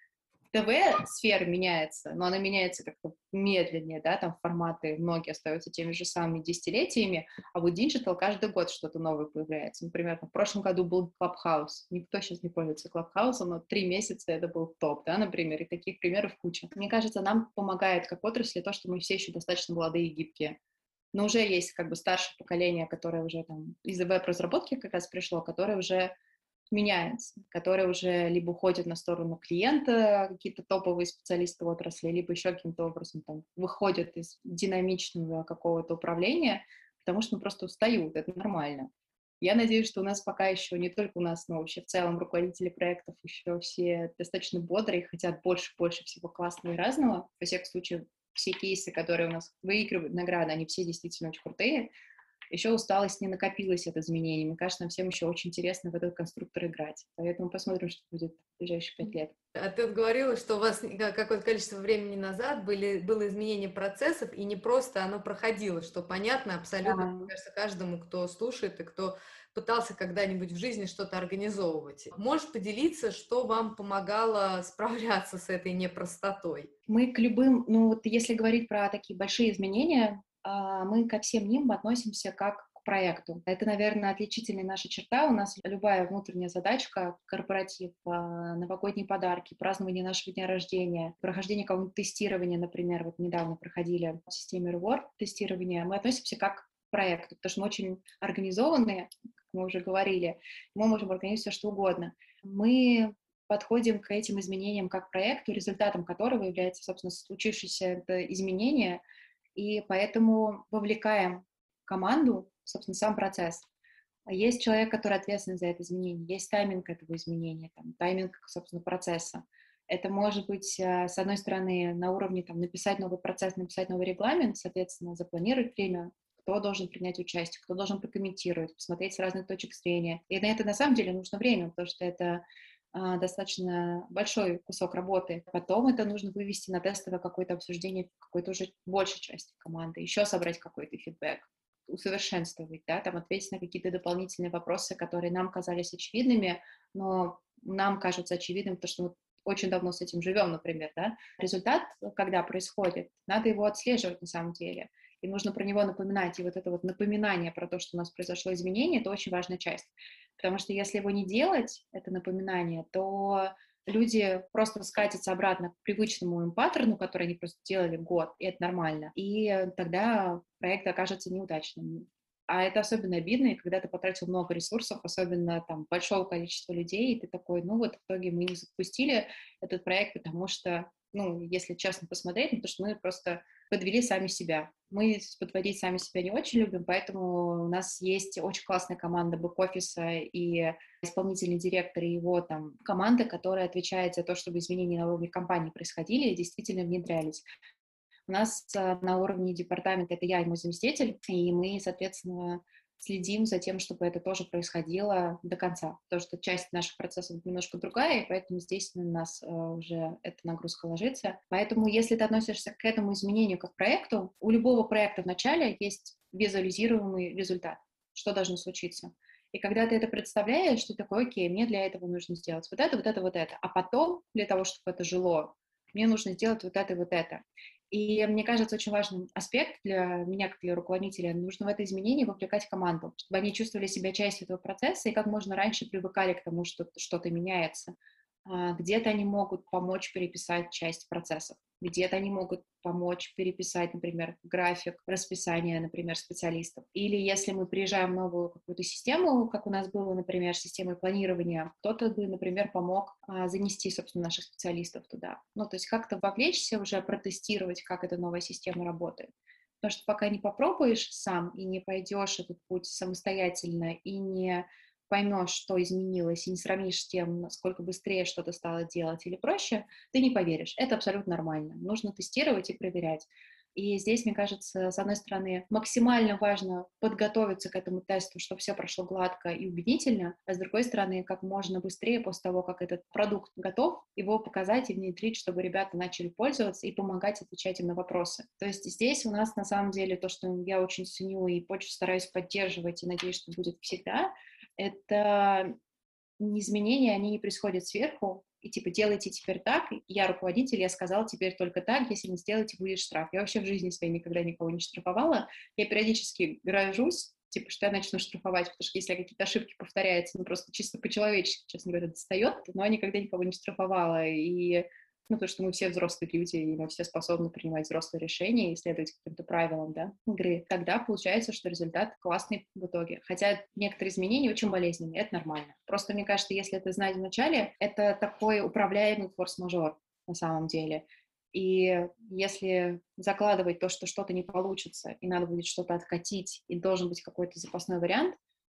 ТВ-сфера меняется, но она меняется как-то медленнее, да, там форматы многие остаются теми же самыми десятилетиями, а вот диджитал каждый год что-то новое появляется. Например, в прошлом году был Clubhouse. Никто сейчас не пользуется Clubhouse, но 3 месяца это был топ, да, например, и таких примеров куча. Мне кажется, нам помогает как отрасли то, что мы все еще достаточно молодые и гибкие. Но уже есть как бы старшее поколение, которое уже там из веб-разработки как раз пришло, которое уже меняется, которые уже либо уходят на сторону клиента, какие-то топовые специалисты в отрасли, либо еще каким-то образом там выходят из динамичного какого-то управления, потому что ну, просто устают, это нормально. Я надеюсь, что у нас пока еще, не только у нас, но вообще в целом руководители проектов еще все достаточно бодрые, хотят больше всего классного и разного. Во всяком случае, все кейсы, которые у нас выигрывают награды, они все действительно очень крутые. Еще усталость не накопилась от изменений. Мне кажется, нам всем еще очень интересно в этот конструктор играть. Поэтому посмотрим, что будет в ближайшие 5 лет. А ты вот говорила, что у вас какое-то количество времени назад было изменение процессов, и не просто оно проходило, что понятно абсолютно, Да. мне кажется, каждому, кто слушает и кто пытался когда-нибудь в жизни что-то организовывать. Можешь поделиться, что вам помогало справляться с этой непростотой? Мы к любым, ну вот если говорить про такие большие изменения, мы ко всем ним относимся как к проекту. Это, наверное, отличительная наша черта. У нас любая внутренняя задачка, корпоратив, новогодние подарки, празднование нашего дня рождения, прохождение какого-нибудь тестирования, например, вот недавно проходили в системе Reward тестирование, мы относимся как к проекту, потому что мы очень организованные, как мы уже говорили, мы можем организовать все, что угодно. Мы подходим к этим изменениям как к проекту, результатом которого является, собственно, случившееся это изменение, и поэтому вовлекаем команду, собственно, сам процесс. Есть человек, который ответственен за это изменение, есть тайминг этого изменения, там, тайминг, собственно, процесса. Это может быть, с одной стороны, на уровне там, написать новый процесс, написать новый регламент, соответственно, запланировать время, кто должен принять участие, кто должен прокомментировать, посмотреть с разных точек зрения. И на это на самом деле нужно время, потому что это достаточно большой кусок работы. Потом это нужно вывести на тестовое какое-то обсуждение в какой-то уже большей части команды, еще собрать какой-то фидбэк, усовершенствовать, да, там ответить на какие-то дополнительные вопросы, которые нам казались очевидными, но нам кажутся очевидным, потому что мы очень давно с этим живем, например, да. Результат, когда происходит, надо его отслеживать на самом деле, и нужно про него напоминать, и вот это вот напоминание про то, что у нас произошло изменение, это очень важная часть, потому что если его не делать, это напоминание, то люди просто скатятся обратно к привычному им паттерну, который они просто делали год, и это нормально. И тогда проект окажется неудачным. А это особенно обидно, и когда ты потратил много ресурсов, особенно там большого количества людей, и ты такой, ну вот в итоге мы не запустили этот проект, потому что, ну, если честно посмотреть, ну, то что мы просто подвели сами себя. Мы подводить сами себя не очень любим, поэтому у нас есть очень классная команда бэк-офиса и исполнительный директор и его там команда, которая отвечает за то, чтобы изменения на уровне компании происходили и действительно внедрялись. У нас на уровне департамента это я и мой заместитель, и мы, соответственно, следим за тем, чтобы это тоже происходило до конца, потому что часть наших процессов немножко другая, и поэтому здесь на нас уже эта нагрузка ложится. Поэтому, если ты относишься к этому изменению как к проекту, у любого проекта в начале есть визуализируемый результат, что должно случиться. И когда ты это представляешь, ты такой, окей, мне для этого нужно сделать вот это, вот это, вот это. А потом, для того, чтобы это жило, мне нужно сделать вот это и вот это. И мне кажется, очень важный аспект для меня, как для руководителя, нужно в это изменение вовлекать команду, чтобы они чувствовали себя частью этого процесса и как можно раньше привыкали к тому, что что-то меняется. Где-то они могут помочь переписать часть процессов, где-то они могут помочь переписать, например, график, расписание, например, специалистов. Или если мы приезжаем в новую какую-то систему, как у нас было, например, системой планирования, кто-то бы, например, помог занести, собственно, наших специалистов туда. Ну, то есть как-то вовлечься уже, протестировать, как эта новая система работает. Потому что пока не попробуешь сам и не пойдешь этот путь самостоятельно и не поймешь, что изменилось, и не сравнишь с тем, насколько быстрее что-то стало делать или проще, ты не поверишь. Это абсолютно нормально. Нужно тестировать и проверять. И здесь, мне кажется, с одной стороны, максимально важно подготовиться к этому тесту, чтобы все прошло гладко и убедительно, а с другой стороны, как можно быстрее после того, как этот продукт готов, его показать и внедрить, чтобы ребята начали пользоваться и помогать отвечать им на вопросы. То есть здесь у нас на самом деле то, что я очень ценю и очень стараюсь поддерживать, и надеюсь, что будет всегда, это изменения, они не происходят сверху, и типа делайте теперь так, я руководитель, я сказала теперь только так, если не сделаете, будет штраф. Я вообще в жизни своей никогда никого не штрафовала, я периодически грожусь, типа, что я начну штрафовать, потому что если какие-то ошибки повторяются, ну, просто чисто по-человечески, честно говоря, достает, но я никогда никого не штрафовала, и, ну, потому что мы все взрослые люди, и мы все способны принимать взрослые решения и следовать каким-то правилам, да, игры. Тогда получается, что результат классный в итоге. Хотя некоторые изменения очень болезненные, это нормально. Просто, мне кажется, если это знать вначале, это такой управляемый форс-мажор на самом деле. И если закладывать то, что что-то не получится, и надо будет что-то откатить, и должен быть какой-то запасной вариант,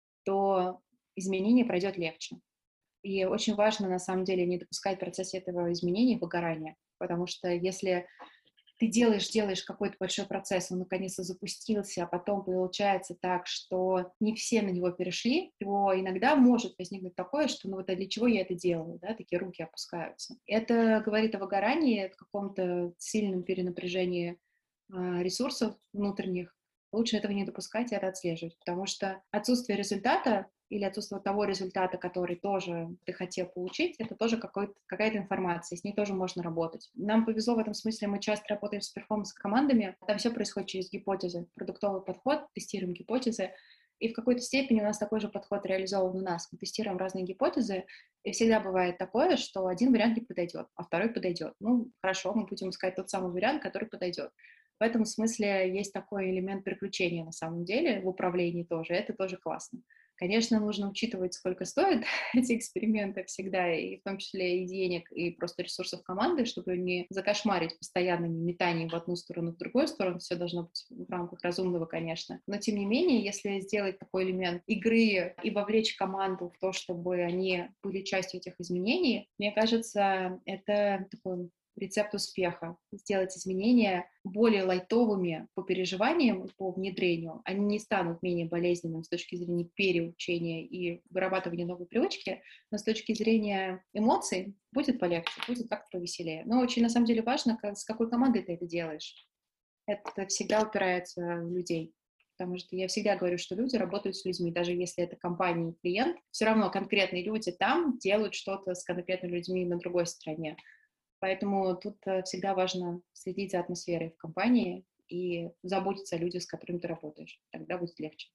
то изменение пройдет легче. И очень важно, на самом деле, не допускать в процессе этого изменения выгорания, потому что если ты делаешь какой-то большой процесс, он наконец-то запустился, а потом получается так, что не все на него перешли, то иногда может возникнуть такое, что ну вот а для чего я это делаю, да, такие руки опускаются. Это говорит о выгорании, о каком-то сильном перенапряжении ресурсов внутренних. Лучше этого не допускать и это отслеживать, потому что отсутствие результата или отсутствие того результата, который тоже ты хотел получить, это тоже какая-то информация, с ней тоже можно работать. Нам повезло в этом смысле, мы часто работаем с перформанс-командами, там все происходит через гипотезы, продуктовый подход, тестируем гипотезы, и в какой-то степени у нас такой же подход реализован у нас. Мы тестируем разные гипотезы, и всегда бывает такое, что один вариант не подойдет, а второй подойдет. Ну, хорошо, мы будем искать тот самый вариант, который подойдет. В этом смысле есть такой элемент приключения на самом деле, в управлении тоже, это тоже классно. Конечно, нужно учитывать, сколько стоят эти эксперименты всегда, и в том числе и денег, и просто ресурсов команды, чтобы не закошмарить постоянными метаниями в одну сторону, в другую сторону, все должно быть в рамках разумного, конечно. Но, тем не менее, если сделать такой элемент игры и вовлечь команду в то, чтобы они были частью этих изменений, мне кажется, это такой рецепт успеха. Сделать изменения более лайтовыми по переживаниям и по внедрению. Они не станут менее болезненными с точки зрения переучения и вырабатывания новой привычки, но с точки зрения эмоций будет полегче, будет как-то повеселее. Но очень, на самом деле, важно, с какой командой ты это делаешь. Это всегда упирается в людей. Потому что я всегда говорю, что люди работают с людьми, даже если это компания и клиент, все равно конкретные люди там делают что-то с конкретными людьми на другой стороне. Поэтому тут всегда важно следить за атмосферой в компании и заботиться о людях, с которыми ты работаешь. Тогда будет легче.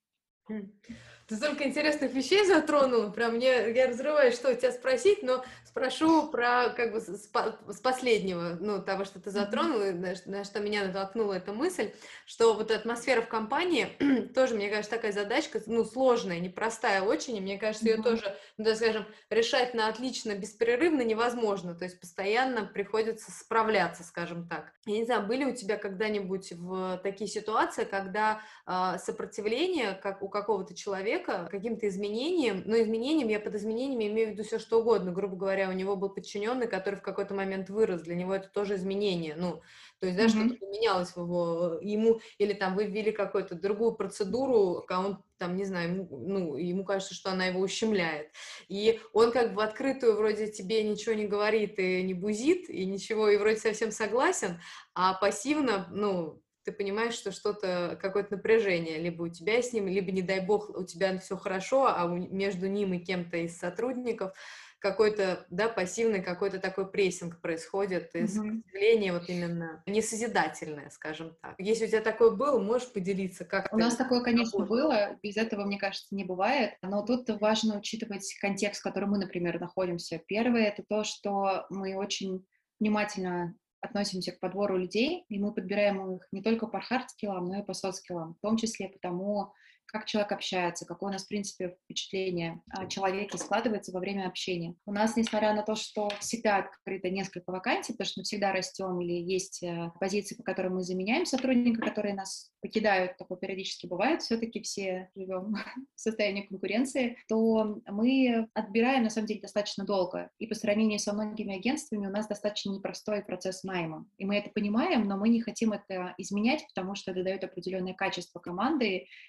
Ты столько интересных вещей затронула, прям я разрываюсь, что у тебя спросить, но спрошу про как бы с последнего, ну, того, что ты затронула, на что меня натолкнула эта мысль, что вот атмосфера в компании тоже, мне кажется, такая задачка, ну, сложная, непростая очень, и мне кажется, ее тоже, ну, так скажем, решать на отлично, беспрерывно невозможно, то есть постоянно приходится справляться, скажем так. Я не знаю, были у тебя когда-нибудь в такие ситуации, когда сопротивление, как у какого-то человека, каким-то изменениям, но изменениям, я под изменениями имею в виду все что угодно, грубо говоря, у него был подчиненный, который в какой-то момент вырос, для него это тоже изменение, ну, то есть, да, что-то поменялось ему, или там вы ввели какую-то другую процедуру, а он там, не знаю, ему кажется, что она его ущемляет, и он как бы в открытую вроде тебе ничего не говорит и не бузит, и ничего, и вроде совсем согласен, а пассивно, ну, ты понимаешь, что что-то, какое-то напряжение либо у тебя с ним, либо, не дай бог, у тебя все хорошо, а между ним и кем-то из сотрудников какой-то, да, пассивный какой-то такой прессинг происходит, и сопротивление вот именно несозидательное, скажем так. Если у тебя такое было, можешь поделиться, как У ты нас такое, конечно, работала? было, без этого, мне кажется, не бывает, но тут важно учитывать контекст, в котором мы, например, находимся. Первое — это то, что мы очень внимательно относимся к подбору людей, и мы подбираем их не только по хард-скиллам, но и по софт-скиллам, в том числе потому, как человек общается, какое у нас, в принципе, впечатление о человеке складывается во время общения. У нас, несмотря на то, что всегда открыто несколько вакансий, потому что мы всегда растем, или есть позиции, по которым мы заменяем сотрудника, которые нас покидают, такое периодически бывает, все-таки все живем в состоянии конкуренции, то мы отбираем, на самом деле, достаточно долго. И по сравнению со многими агентствами у нас достаточно непростой процесс найма. И мы это понимаем, но мы не хотим это изменять, потому что это дает определенное качество команды, и, как следствие,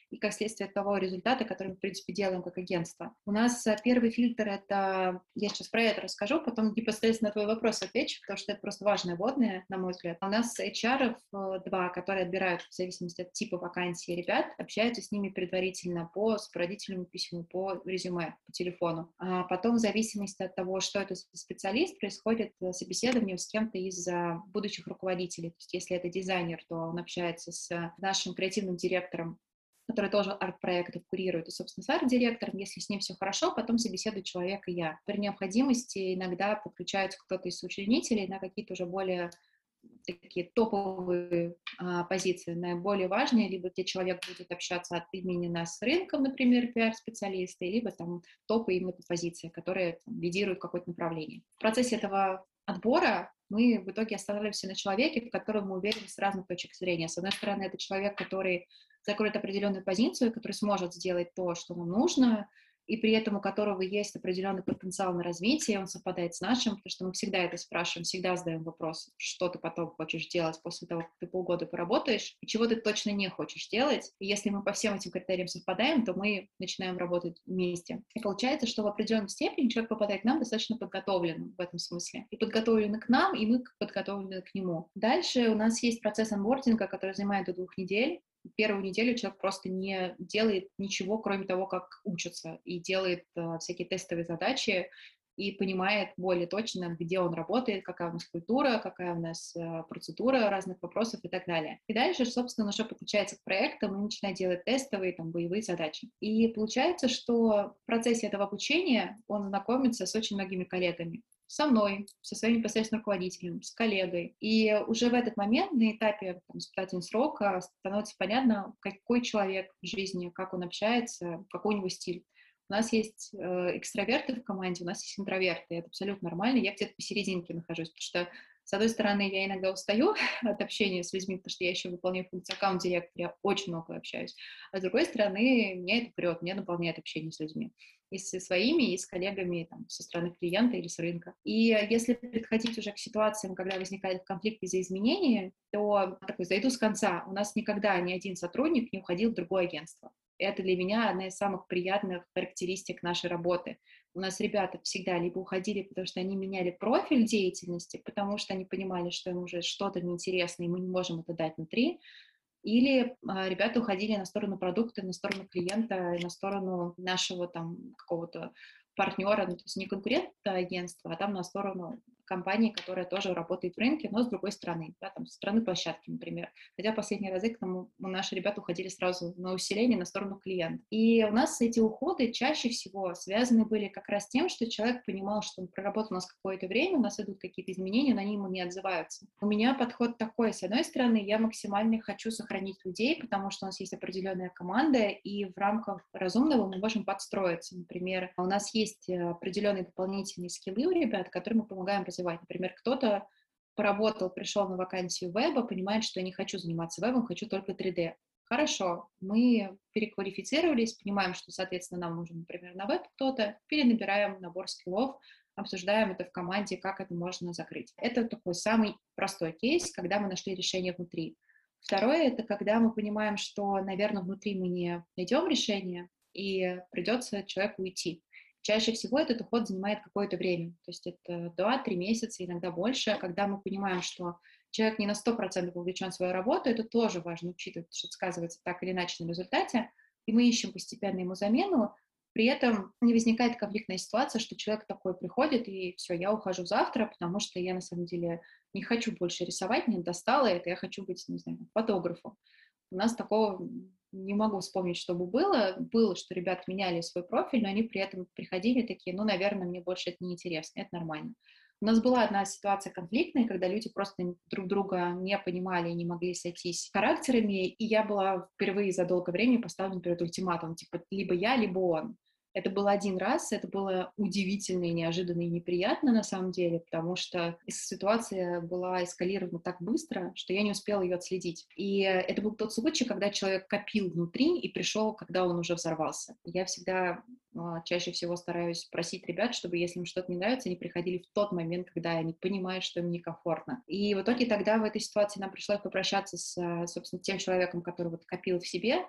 зависимости от того результата, который мы, в принципе, делаем как агентство. У нас первый фильтр — это, я сейчас про это расскажу, потом непосредственно на твой вопрос отвечу, потому что это просто важное вводное, на мой взгляд. У нас HR два, которые отбирают в зависимости от типа вакансии ребят, общаются с ними предварительно по сопроводительному письму, по резюме, по телефону. А потом, в зависимости от того, что это за специалист, происходит собеседование с кем-то из будущих руководителей. То есть если это дизайнер, то он общается с нашим креативным директором, который тоже арт-проектов курирует, и, собственно, с арт-директором. Если с ним все хорошо, потом собеседует человек и я. При необходимости иногда подключается кто-то из соучредителей на какие-то уже более такие топовые позиции, наиболее важные, либо где человек будет общаться от имени нас с рынком, например, пиар-специалисты, либо там топы именно по позиции, которые там лидируют какое-то направление. В процессе этого отбора мы в итоге останавливаемся на человеке, в котором мы уверены с разных точек зрения. С одной стороны, это человек, который закроет определенную позицию, который сможет сделать то, что нам нужно, и при этом у которого есть определенный потенциал на развитие, он совпадает с нашим, потому что мы всегда это спрашиваем, всегда задаем вопрос, что ты потом хочешь делать после того, как ты полгода поработаешь, и чего ты точно не хочешь делать. И если мы по всем этим критериям совпадаем, то мы начинаем работать вместе. И получается, что в определенной степени человек попадает к нам достаточно подготовленным в этом смысле. И подготовленный к нам, и мы подготовлены к нему. Дальше у нас есть процесс онбординга, который занимает до 2 недель. Первую неделю человек просто не делает ничего, кроме того, как учится, и делает всякие тестовые задачи, и понимает более точно, где он работает, какая у нас культура, какая у нас процедура разных вопросов и так далее. И дальше, собственно, уже подключается к проектам и начинает делать тестовые, там, боевые задачи. И получается, что в процессе этого обучения он знакомится с очень многими коллегами. Со мной, со своим непосредственным руководителем, с коллегой. И уже в этот момент, на этапе испытательного срока, становится понятно, какой человек в жизни, как он общается, какой у него стиль. У нас есть экстраверты в команде, у нас есть интроверты, и это абсолютно нормально, я где-то посерединке нахожусь, потому что, с одной стороны, я иногда устаю от общения с людьми, потому что я еще выполняю функцию аккаунт-директора, я очень много общаюсь, а с другой стороны, меня это прет, меня наполняет общение с людьми. И со своими, и с коллегами там, со стороны клиента или с рынка. И если подходить уже к ситуациям, когда возникает конфликт из-за изменений, то такой зайду с конца. У нас никогда ни один сотрудник не уходил в другое агентство. Это для меня одна из самых приятных характеристик нашей работы. У нас ребята всегда либо уходили, потому что они меняли профиль деятельности, потому что они понимали, что им уже что-то неинтересно, и мы не можем это дать внутри, или ребята уходили на сторону продукта, на сторону клиента, на сторону нашего там какого-то партнера, ну, то есть не конкурента агентства, а там на сторону компании, которая тоже работает в рынке, но с другой стороны, да, там, со стороны площадки, например. Хотя последние разы к нам наши ребята уходили сразу на усиление на сторону клиента. И у нас эти уходы чаще всего связаны были как раз с тем, что человек понимал, что он проработал у нас какое-то время, у нас идут какие-то изменения, но они ему не отзываются. У меня подход такой: с одной стороны, я максимально хочу сохранить людей, потому что у нас есть определенная команда, и в рамках разумного мы можем подстроиться. Например, у нас есть определенные дополнительные скиллы у ребят, которые мы помогаем развивать. Например, кто-то поработал, пришел на вакансию веба, понимает, что я не хочу заниматься вебом, хочу только 3D. Хорошо, мы переквалифицировались, понимаем, что, соответственно, нам нужен, например, на веб кто-то, перенабираем набор скиллов, обсуждаем это в команде, как это можно закрыть. Это такой самый простой кейс, когда мы нашли решение внутри. Второе — это когда мы понимаем, что, наверное, внутри мы не найдем решение, и придется человеку уйти. Чаще всего этот уход занимает какое-то время, то есть это 2-3 месяца, иногда больше, когда мы понимаем, что человек не на 100% увлечен своей работой, это тоже важно учитывать, потому что это сказывается так или иначе на результате, и мы ищем постепенно ему замену, при этом не возникает конфликтная ситуация, что человек такой приходит, и все, я ухожу завтра, потому что я на самом деле не хочу больше рисовать, мне достало это, я хочу быть, не знаю, фотографом. У нас такого не могу вспомнить, чтобы было. Было, что ребята меняли свой профиль, но они при этом приходили такие: ну, наверное, мне больше это не интересно, это нормально. У нас была одна ситуация конфликтная, когда люди просто друг друга не понимали, не могли сойтись характерами, и я была впервые за долгое время поставлена перед ультиматумом, типа, либо я, либо он. Это было один раз, это было удивительно и неожиданно и неприятно на самом деле, потому что ситуация была эскалирована так быстро, что я не успела ее отследить. И это был тот случай, когда человек копил внутри и пришел, когда он уже взорвался. Я всегда чаще всего стараюсь просить ребят, чтобы, если им что-то не нравится, они приходили в тот момент, когда они понимают, что им некомфортно. И в итоге тогда в этой ситуации нам пришлось попрощаться с, собственно, тем человеком, который вот копил в себе,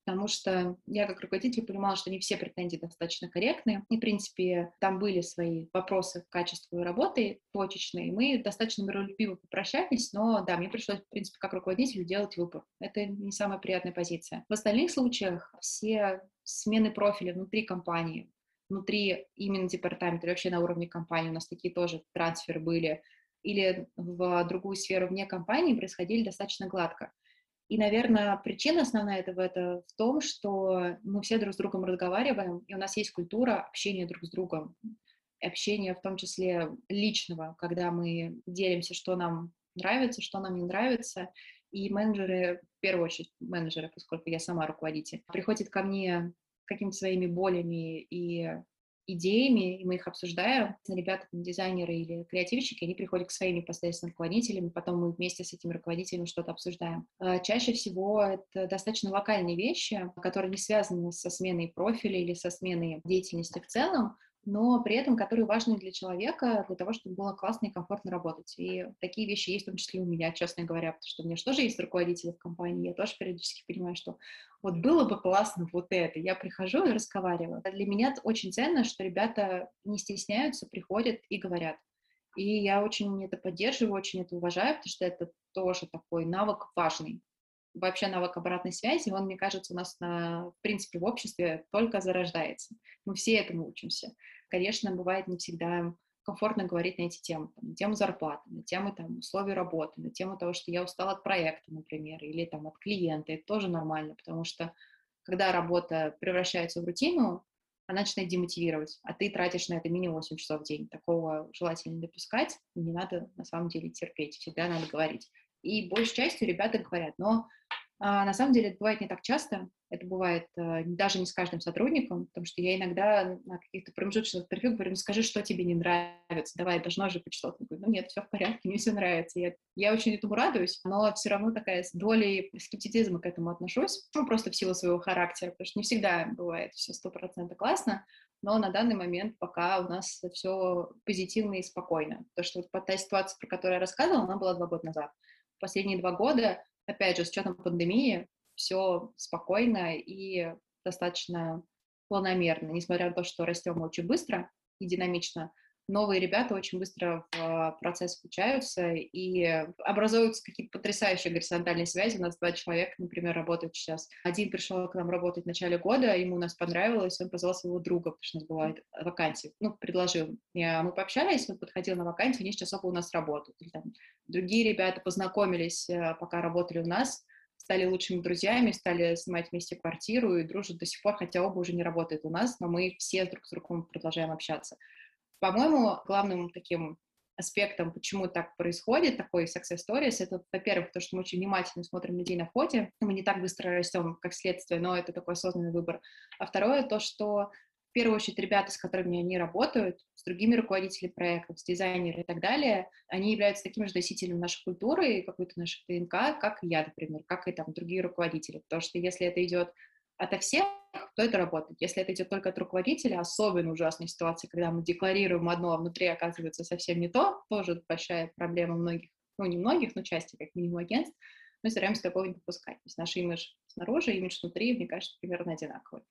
потому что я как руководитель понимала, что не все претензии достаточно корректны, и, в принципе, там были свои вопросы к качеству работы точечные, мы достаточно миролюбиво попрощались, но, да, мне пришлось, в принципе, как руководителю делать выбор. Это не самая приятная позиция. В остальных случаях все смены профиля внутри компании, внутри именно департамента, или вообще на уровне компании, у нас такие тоже трансферы были, или в другую сферу вне компании происходили достаточно гладко. И, наверное, причина основная этого это в том, что мы все друг с другом разговариваем, и у нас есть культура общения друг с другом, общения в том числе личного, когда мы делимся, что нам нравится, что нам не нравится, и менеджеры, в первую очередь менеджеры, поскольку я сама руководитель, приходят ко мне с какими-то своими болями и идеями, и мы их обсуждаем. Ребята, там, дизайнеры или креативщики, они приходят к своим непосредственно руководителям, и потом мы вместе с этим руководителем что-то обсуждаем. Чаще всего это достаточно локальные вещи, которые не связаны со сменой профиля или со сменой деятельности в целом, но при этом которые важны для человека, для того, чтобы было классно и комфортно работать. И такие вещи есть в том числе у меня, честно говоря, потому что у меня же тоже есть руководители в компании, я тоже периодически понимаю, что вот было бы классно вот это. Я прихожу и разговариваю. Для меня это очень ценно, что ребята не стесняются, приходят и говорят. И я очень это поддерживаю, очень это уважаю, потому что это тоже такой навык важный. Вообще навык обратной связи, он, мне кажется, у нас, в принципе, в обществе только зарождается. Мы все этому учимся. Конечно, бывает не всегда комфортно говорить на эти темы, там, на тему зарплаты, на тему там, условий работы, на тему того, что я устала от проекта, например, или там, от клиента. Это тоже нормально, потому что когда работа превращается в рутину, она начинает демотивировать, а ты тратишь на это минимум 8 часов в день. Такого желательно не допускать, и не надо на самом деле терпеть, всегда надо говорить. И большей частью ребята говорят, но на самом деле это бывает не так часто, это бывает даже не с каждым сотрудником, потому что я иногда на каких-то промежуточных интервью говорю, ну скажи, что тебе не нравится, давай, должно же быть что-то. Говорю, ну нет, все в порядке, мне все нравится. Я очень этому радуюсь, но все равно такая с долей скептицизма к этому отношусь, ну просто в силу своего характера, потому что не всегда бывает все 100% классно, но на данный момент пока у нас все позитивно и спокойно. Потому что вот та ситуация, про которую я рассказывала, она была 2 года назад. Последние 2 года, опять же, с учетом пандемии, все спокойно и достаточно планомерно, несмотря на то, что растем очень быстро и динамично. Новые ребята очень быстро в процесс включаются и образуются какие-то потрясающие горизонтальные связи. У нас 2 человека, например, работают сейчас. Один пришел к нам работать в начале года, ему у нас понравилось, он позвал своего друга, потому что у нас бывает вакансия, ну, предложил. Мы пообщались, он подходил на вакансию, они сейчас оба у нас работают. Или, там, другие ребята познакомились, пока работали у нас, стали лучшими друзьями, стали снимать вместе квартиру и дружат до сих пор, хотя оба уже не работают у нас, но мы все друг с другом продолжаем общаться. По-моему, главным таким аспектом, почему так происходит, такой success stories, это, во-первых, то, что мы очень внимательно смотрим людей на входе, мы не так быстро растем, как следствие, но это такой осознанный выбор. А второе, то, что в первую очередь ребята, с которыми они работают, с другими руководителями проектов, с дизайнерами и так далее, они являются такими же носителями нашей культуры и какой-то нашей ДНК, как и я, например, как и там другие руководители. Потому что если это идет ото всех, то это работает. Если это идет только от руководителя, особенно ужасная ситуация, когда мы декларируем одно, а внутри оказывается совсем не то, тоже большая проблема многих, ну не многих, но части, как минимум, агентств, мы стараемся такого не допускать. То есть наш имидж снаружи, имидж внутри, мне кажется, примерно одинаковый.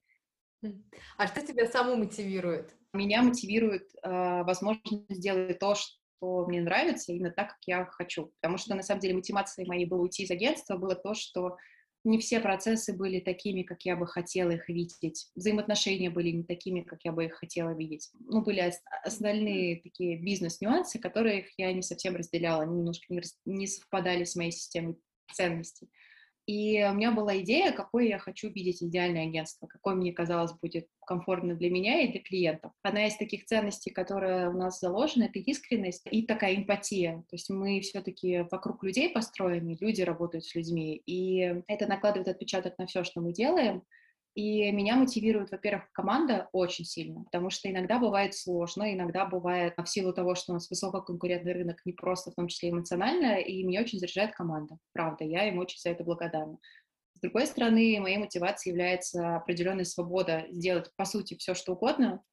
А что тебя саму мотивирует? Меня мотивирует возможность сделать то, что мне нравится, именно так, как я хочу. Потому что, на самом деле, мотивацией моей было уйти из агентства, было то, что не все процессы были такими, как я бы хотела их видеть. Взаимоотношения были не такими, как я бы их хотела видеть. Ну, были основные такие бизнес-нюансы, которых я не совсем разделяла, они немножко не совпадали с моей системой ценностей. И у меня была идея, какое я хочу видеть идеальное агентство, какое мне казалось будет комфортно для меня и для клиентов. Одна из таких ценностей, которая у нас заложена, это искренность и такая эмпатия. То есть мы все-таки вокруг людей построены, люди работают с людьми, и это накладывает отпечаток на все, что мы делаем. И меня мотивирует, во-первых, команда очень сильно, потому что иногда бывает сложно, иногда бывает в силу того, что у нас высококонкурентный рынок, не просто, в том числе эмоционально, и меня очень заряжает команда. Правда, я им очень за это благодарна. С другой стороны, моей мотивацией является определенная свобода сделать, по сути, все, что угодно,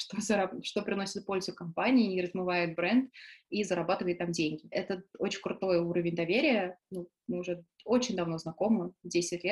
что приносит пользу компании, и размывает бренд, и зарабатывает там деньги. Это очень крутой уровень доверия. Ну, мы уже очень давно знакомы, 10 лет.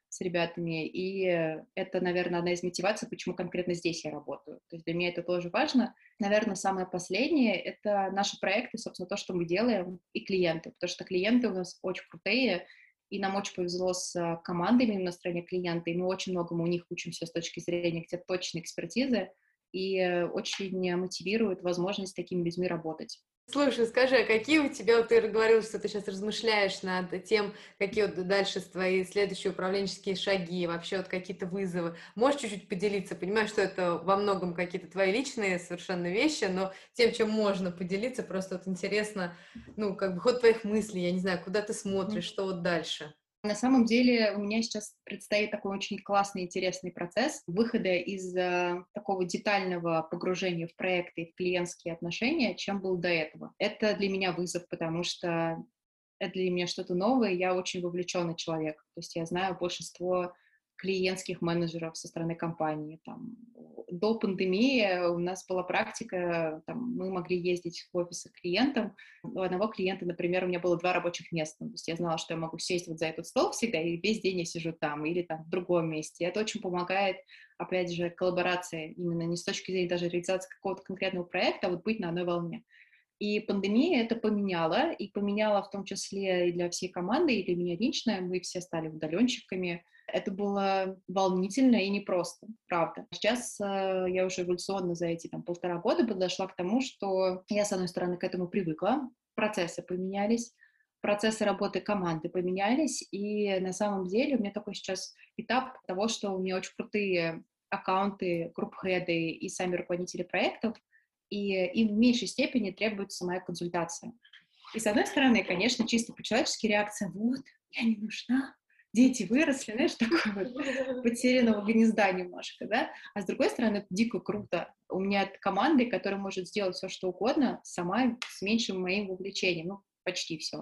с ребятами, и это, наверное, одна из мотиваций, почему конкретно здесь я работаю. То есть для меня это тоже важно. Наверное, самое последнее — это наши проекты, собственно, то, что мы делаем, и клиенты, потому что клиенты у нас очень крутые, и нам очень повезло с командами на стороне клиента, и мы очень многому у них учимся с точки зрения где-то точной экспертизы, и очень мотивирует возможность с такими людьми работать. Слушай, скажи, а какие у тебя, вот ты говорил, что ты сейчас размышляешь над тем, какие вот дальше твои следующие управленческие шаги, вообще вот какие-то вызовы. Можешь чуть-чуть поделиться? Понимаю, что это во многом какие-то твои личные совершенно вещи, но тем, чем можно поделиться, просто вот интересно, ну, как бы ход твоих мыслей, я не знаю, куда ты смотришь, что вот дальше. На самом деле у меня сейчас предстоит такой очень классный, интересный процесс выхода из такого детального погружения в проекты и в клиентские отношения, чем был до этого. Это для меня вызов, потому что это для меня что-то новое, я очень вовлеченный человек. То есть я знаю большинство клиентских менеджеров со стороны компании. Там, до пандемии у нас была практика, там, мы могли ездить в офисы к клиентам. У одного клиента, например, у меня было 2 рабочих места. То есть я знала, что я могу сесть вот за этот стол всегда, и весь день я сижу там или там в другом месте. И это очень помогает, опять же, коллаборация именно не с точки зрения даже реализации какого-то конкретного проекта, а вот быть на одной волне. И пандемия это поменяла, и поменяла в том числе и для всей команды, и для меня лично. Мы все стали удаленщиками. Это было волнительно и непросто, правда. Сейчас я уже эволюционно за эти 1,5 года подошла к тому, что я, с одной стороны, к этому привыкла, процессы поменялись, процессы работы команды поменялись, и на самом деле у меня такой сейчас этап того, что у меня очень крутые аккаунты, групп-хеды и сами руководители проектов, и им в меньшей степени требуется моя консультация. И с одной стороны, конечно, чисто по-человечески реакция: вот, я не нужна, дети выросли, знаешь, такое вот потерянного гнезда немножко, да, а с другой стороны, это дико круто. У меня команда, которая может сделать все, что угодно, сама, с меньшим моим вовлечением, ну, почти все.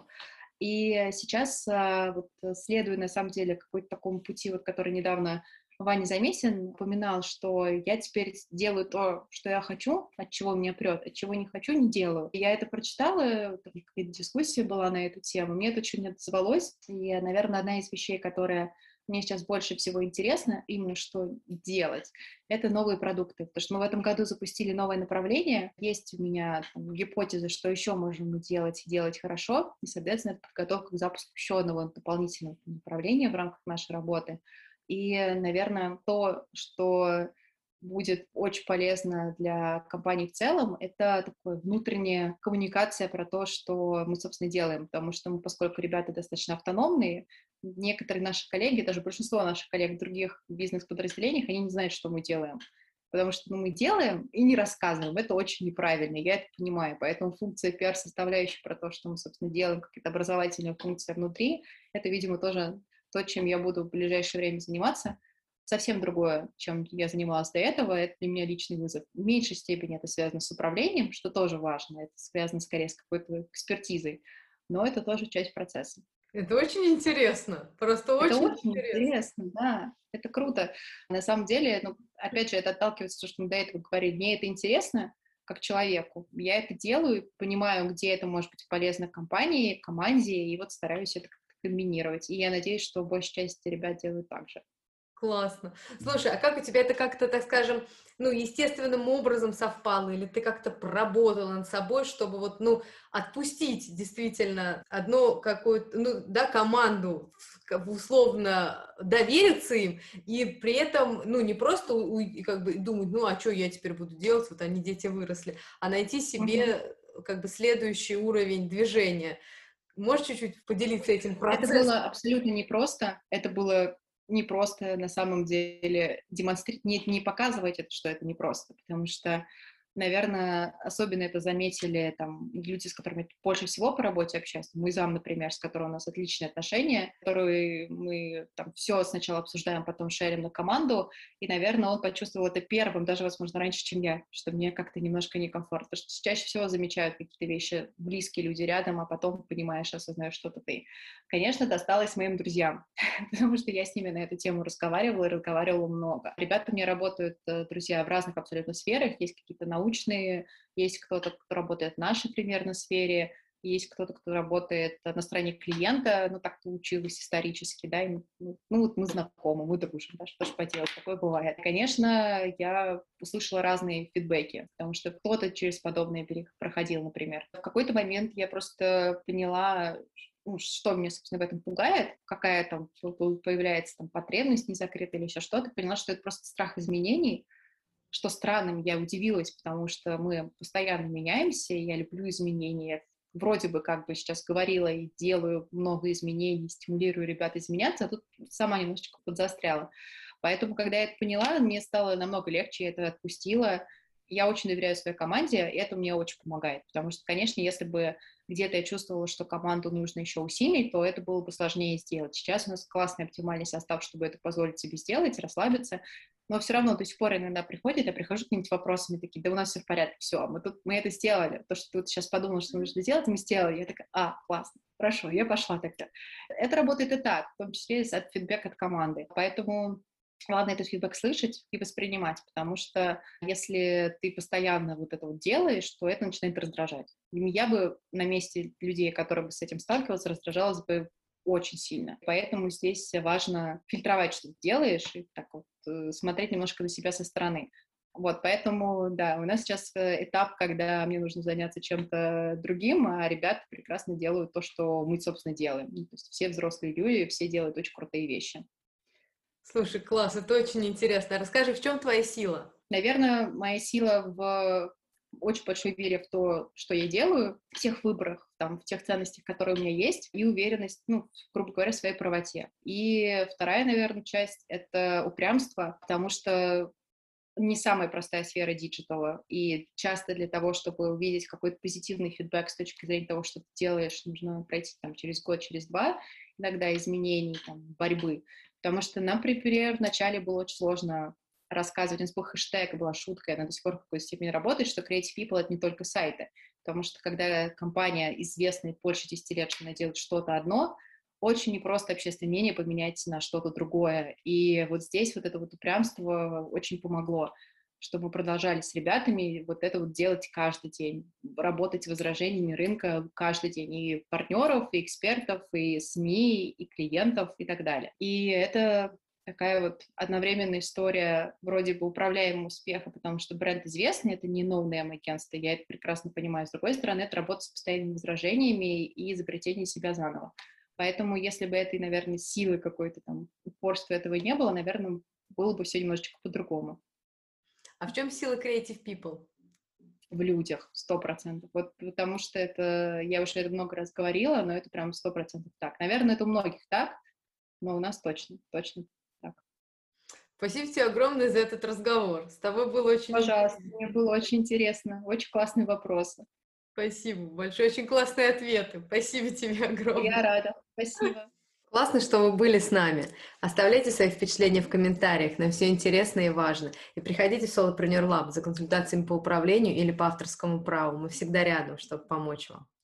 И сейчас вот следуя, на самом деле, какой-то такому пути, вот, который недавно Ваня Замесин упоминал, что я теперь делаю то, что я хочу, от чего меня прет, от чего не хочу, не делаю. И я это прочитала, там какая-то дискуссия была на эту тему, мне это очень отозвалось, и, наверное, одна из вещей, которая мне сейчас больше всего интересно, именно что делать, это новые продукты, потому что мы в этом году запустили новое направление, есть у меня там гипотеза, что еще можем делать и делать хорошо, и, соответственно, это подготовка к запуску еще одного дополнительного направления в рамках нашей работы. И, наверное, то, что будет очень полезно для компании в целом, это такая внутренняя коммуникация про то, что мы, собственно, делаем, потому что мы, поскольку ребята достаточно автономные, некоторые наши коллеги, даже большинство наших коллег в других бизнес-подразделениях, они не знают, что мы делаем. Потому что мы делаем и не рассказываем. Это очень неправильно, я это понимаю. Поэтому функция PR-составляющая про то, что мы, собственно, делаем, какие-то образовательные функции внутри, это, видимо, тоже то, чем я буду в ближайшее время заниматься. Совсем другое, чем я занималась до этого, это для меня личный вызов. В меньшей степени это связано с управлением, что тоже важно, это связано скорее с какой-то экспертизой, но это тоже часть процесса. Это очень интересно, просто Это очень очень интересно. интересно, да, это круто. На самом деле, ну, опять же, это отталкивается от того, что мы до этого говорили, мне это интересно как человеку, я это делаю, понимаю, где это может быть полезно компании, команде, и вот стараюсь это как-то комбинировать. И я надеюсь, что большая часть ребят делают так же. Классно. Слушай, а как у тебя это как-то, так скажем, ну, естественным образом совпало, или ты как-то поработала над собой, чтобы вот, ну, отпустить действительно одну какую-то, ну, да, команду, условно довериться им, и при этом, ну, не просто как бы думать, ну, а что я теперь буду делать, вот они, дети выросли, а найти Мгм. себе как бы следующий уровень движения. Можешь чуть-чуть поделиться этим Это процессом? было абсолютно непросто. Это было непросто на самом деле не показывать это, что это непросто, потому что, наверное, особенно это заметили там люди, с которыми я больше всего по работе общаюсь. Мой зам, например, с которым у нас отличные отношения, который мы там все сначала обсуждаем, потом шерим на команду, и, наверное, он почувствовал это первым, даже, возможно, раньше, чем я, что мне как-то немножко некомфортно, потому что чаще всего замечают какие-то вещи близкие люди рядом, а потом понимаешь, осознаешь что-то ты. Конечно, досталось моим друзьям, потому что я с ними на эту тему разговаривала и разговаривала много. Ребята у меня работают, друзья, в разных абсолютно сферах. Есть какие-то научные, есть кто-то, кто работает в нашей примерно сфере, есть кто-то, кто работает на стороне клиента, ну, так получилось исторически, да, и, ну, вот мы знакомы, мы дружим, да, что ж поделать, такое бывает. Конечно, я услышала разные фидбэки, потому что кто-то через подобное проходил, например. В какой-то момент я просто поняла, ну, что меня, собственно, в этом пугает, какая там появляется там потребность незакрытая или еще что-то, поняла, что это просто страх изменений, что странным, я удивилась, потому что мы постоянно меняемся, и я люблю изменения. Вроде бы как бы сейчас говорила и делаю много изменений, стимулирую ребят изменяться, а тут сама немножечко подзастряла. Поэтому, когда я это поняла, мне стало намного легче, я это отпустила. Я очень доверяю своей команде, и это мне очень помогает, потому что, конечно, если бы где-то я чувствовала, что команду нужно еще усилить, то это было бы сложнее сделать. Сейчас у нас классный оптимальный состав, чтобы это позволить себе сделать, расслабиться, но все равно до сих пор иногда приходят, я прихожу к ним с вопросами, такие, да у нас все в порядке, все, мы это сделали, то, что ты вот сейчас подумал, что нужно сделать, мы сделали. Я такая, классно, хорошо, я пошла тогда. Это работает и так, в том числе от фидбэка от команды, поэтому главное этот фидбэк слышать и воспринимать, потому что если ты постоянно вот это вот делаешь, то это начинает раздражать. И я бы на месте людей, которые бы с этим сталкивались, раздражалась бы очень сильно. Поэтому здесь важно фильтровать, что ты делаешь, и так вот смотреть немножко на себя со стороны. Вот, поэтому, да, у нас сейчас этап, когда мне нужно заняться чем-то другим, а ребята прекрасно делают то, что мы, собственно, делаем. Ну, то есть все взрослые люди, все делают очень крутые вещи. Слушай, класс, это очень интересно. Расскажи, в чем твоя сила? Наверное, моя сила в очень большой вере в то, что я делаю, в тех выборах, там, в тех ценностях, которые у меня есть, и уверенность, ну, грубо говоря, в своей правоте. И вторая, наверное, часть — это упрямство, потому что не самая простая сфера диджитала, и часто для того, чтобы увидеть какой-то позитивный фидбэк с точки зрения того, что ты делаешь, нужно пройти там через год, через два, иногда изменений, там, борьбы. Потому что, например, вначале было очень сложно рассказывать, у нас был хэштег, была шутка, она до сих пор в какой-то степени работает, что Creative People — это не только сайты, потому что когда компания известна больше 10 лет, что она делает что-то одно, очень непросто общественное мнение поменять на что-то другое. И вот здесь вот это вот упрямство очень помогло, чтобы мы продолжали с ребятами вот это вот делать каждый день, работать с возражениями рынка каждый день, и партнеров, и экспертов, и СМИ, и клиентов, и так далее. И это такая вот одновременная история вроде бы управляемого успеха, потому что бренд известный, это не ноунейм агентство, я это прекрасно понимаю. С другой стороны, это работа с постоянными возражениями и изобретение себя заново. Поэтому, если бы этой, наверное, силы какой-то там, упорства этого не было, наверное, было бы все немножечко по-другому. А в чем сила Creative People? В людях, 100%. Вот потому что это, я уже это много раз говорила, но это прям 100% так. Наверное, это у многих так, но у нас точно так. Спасибо тебе огромное за этот разговор. С тобой было очень Пожалуйста, интересно. мне было очень интересно, очень классные вопросы. Спасибо большое, очень классные ответы. Спасибо тебе огромное. Я рада. Спасибо. Классно, что вы были с нами. Оставляйте свои впечатления в комментариях, нам все интересно и важно. И приходите в Solopreneur Lab за консультациями по управлению или по авторскому праву. Мы всегда рядом, чтобы помочь вам.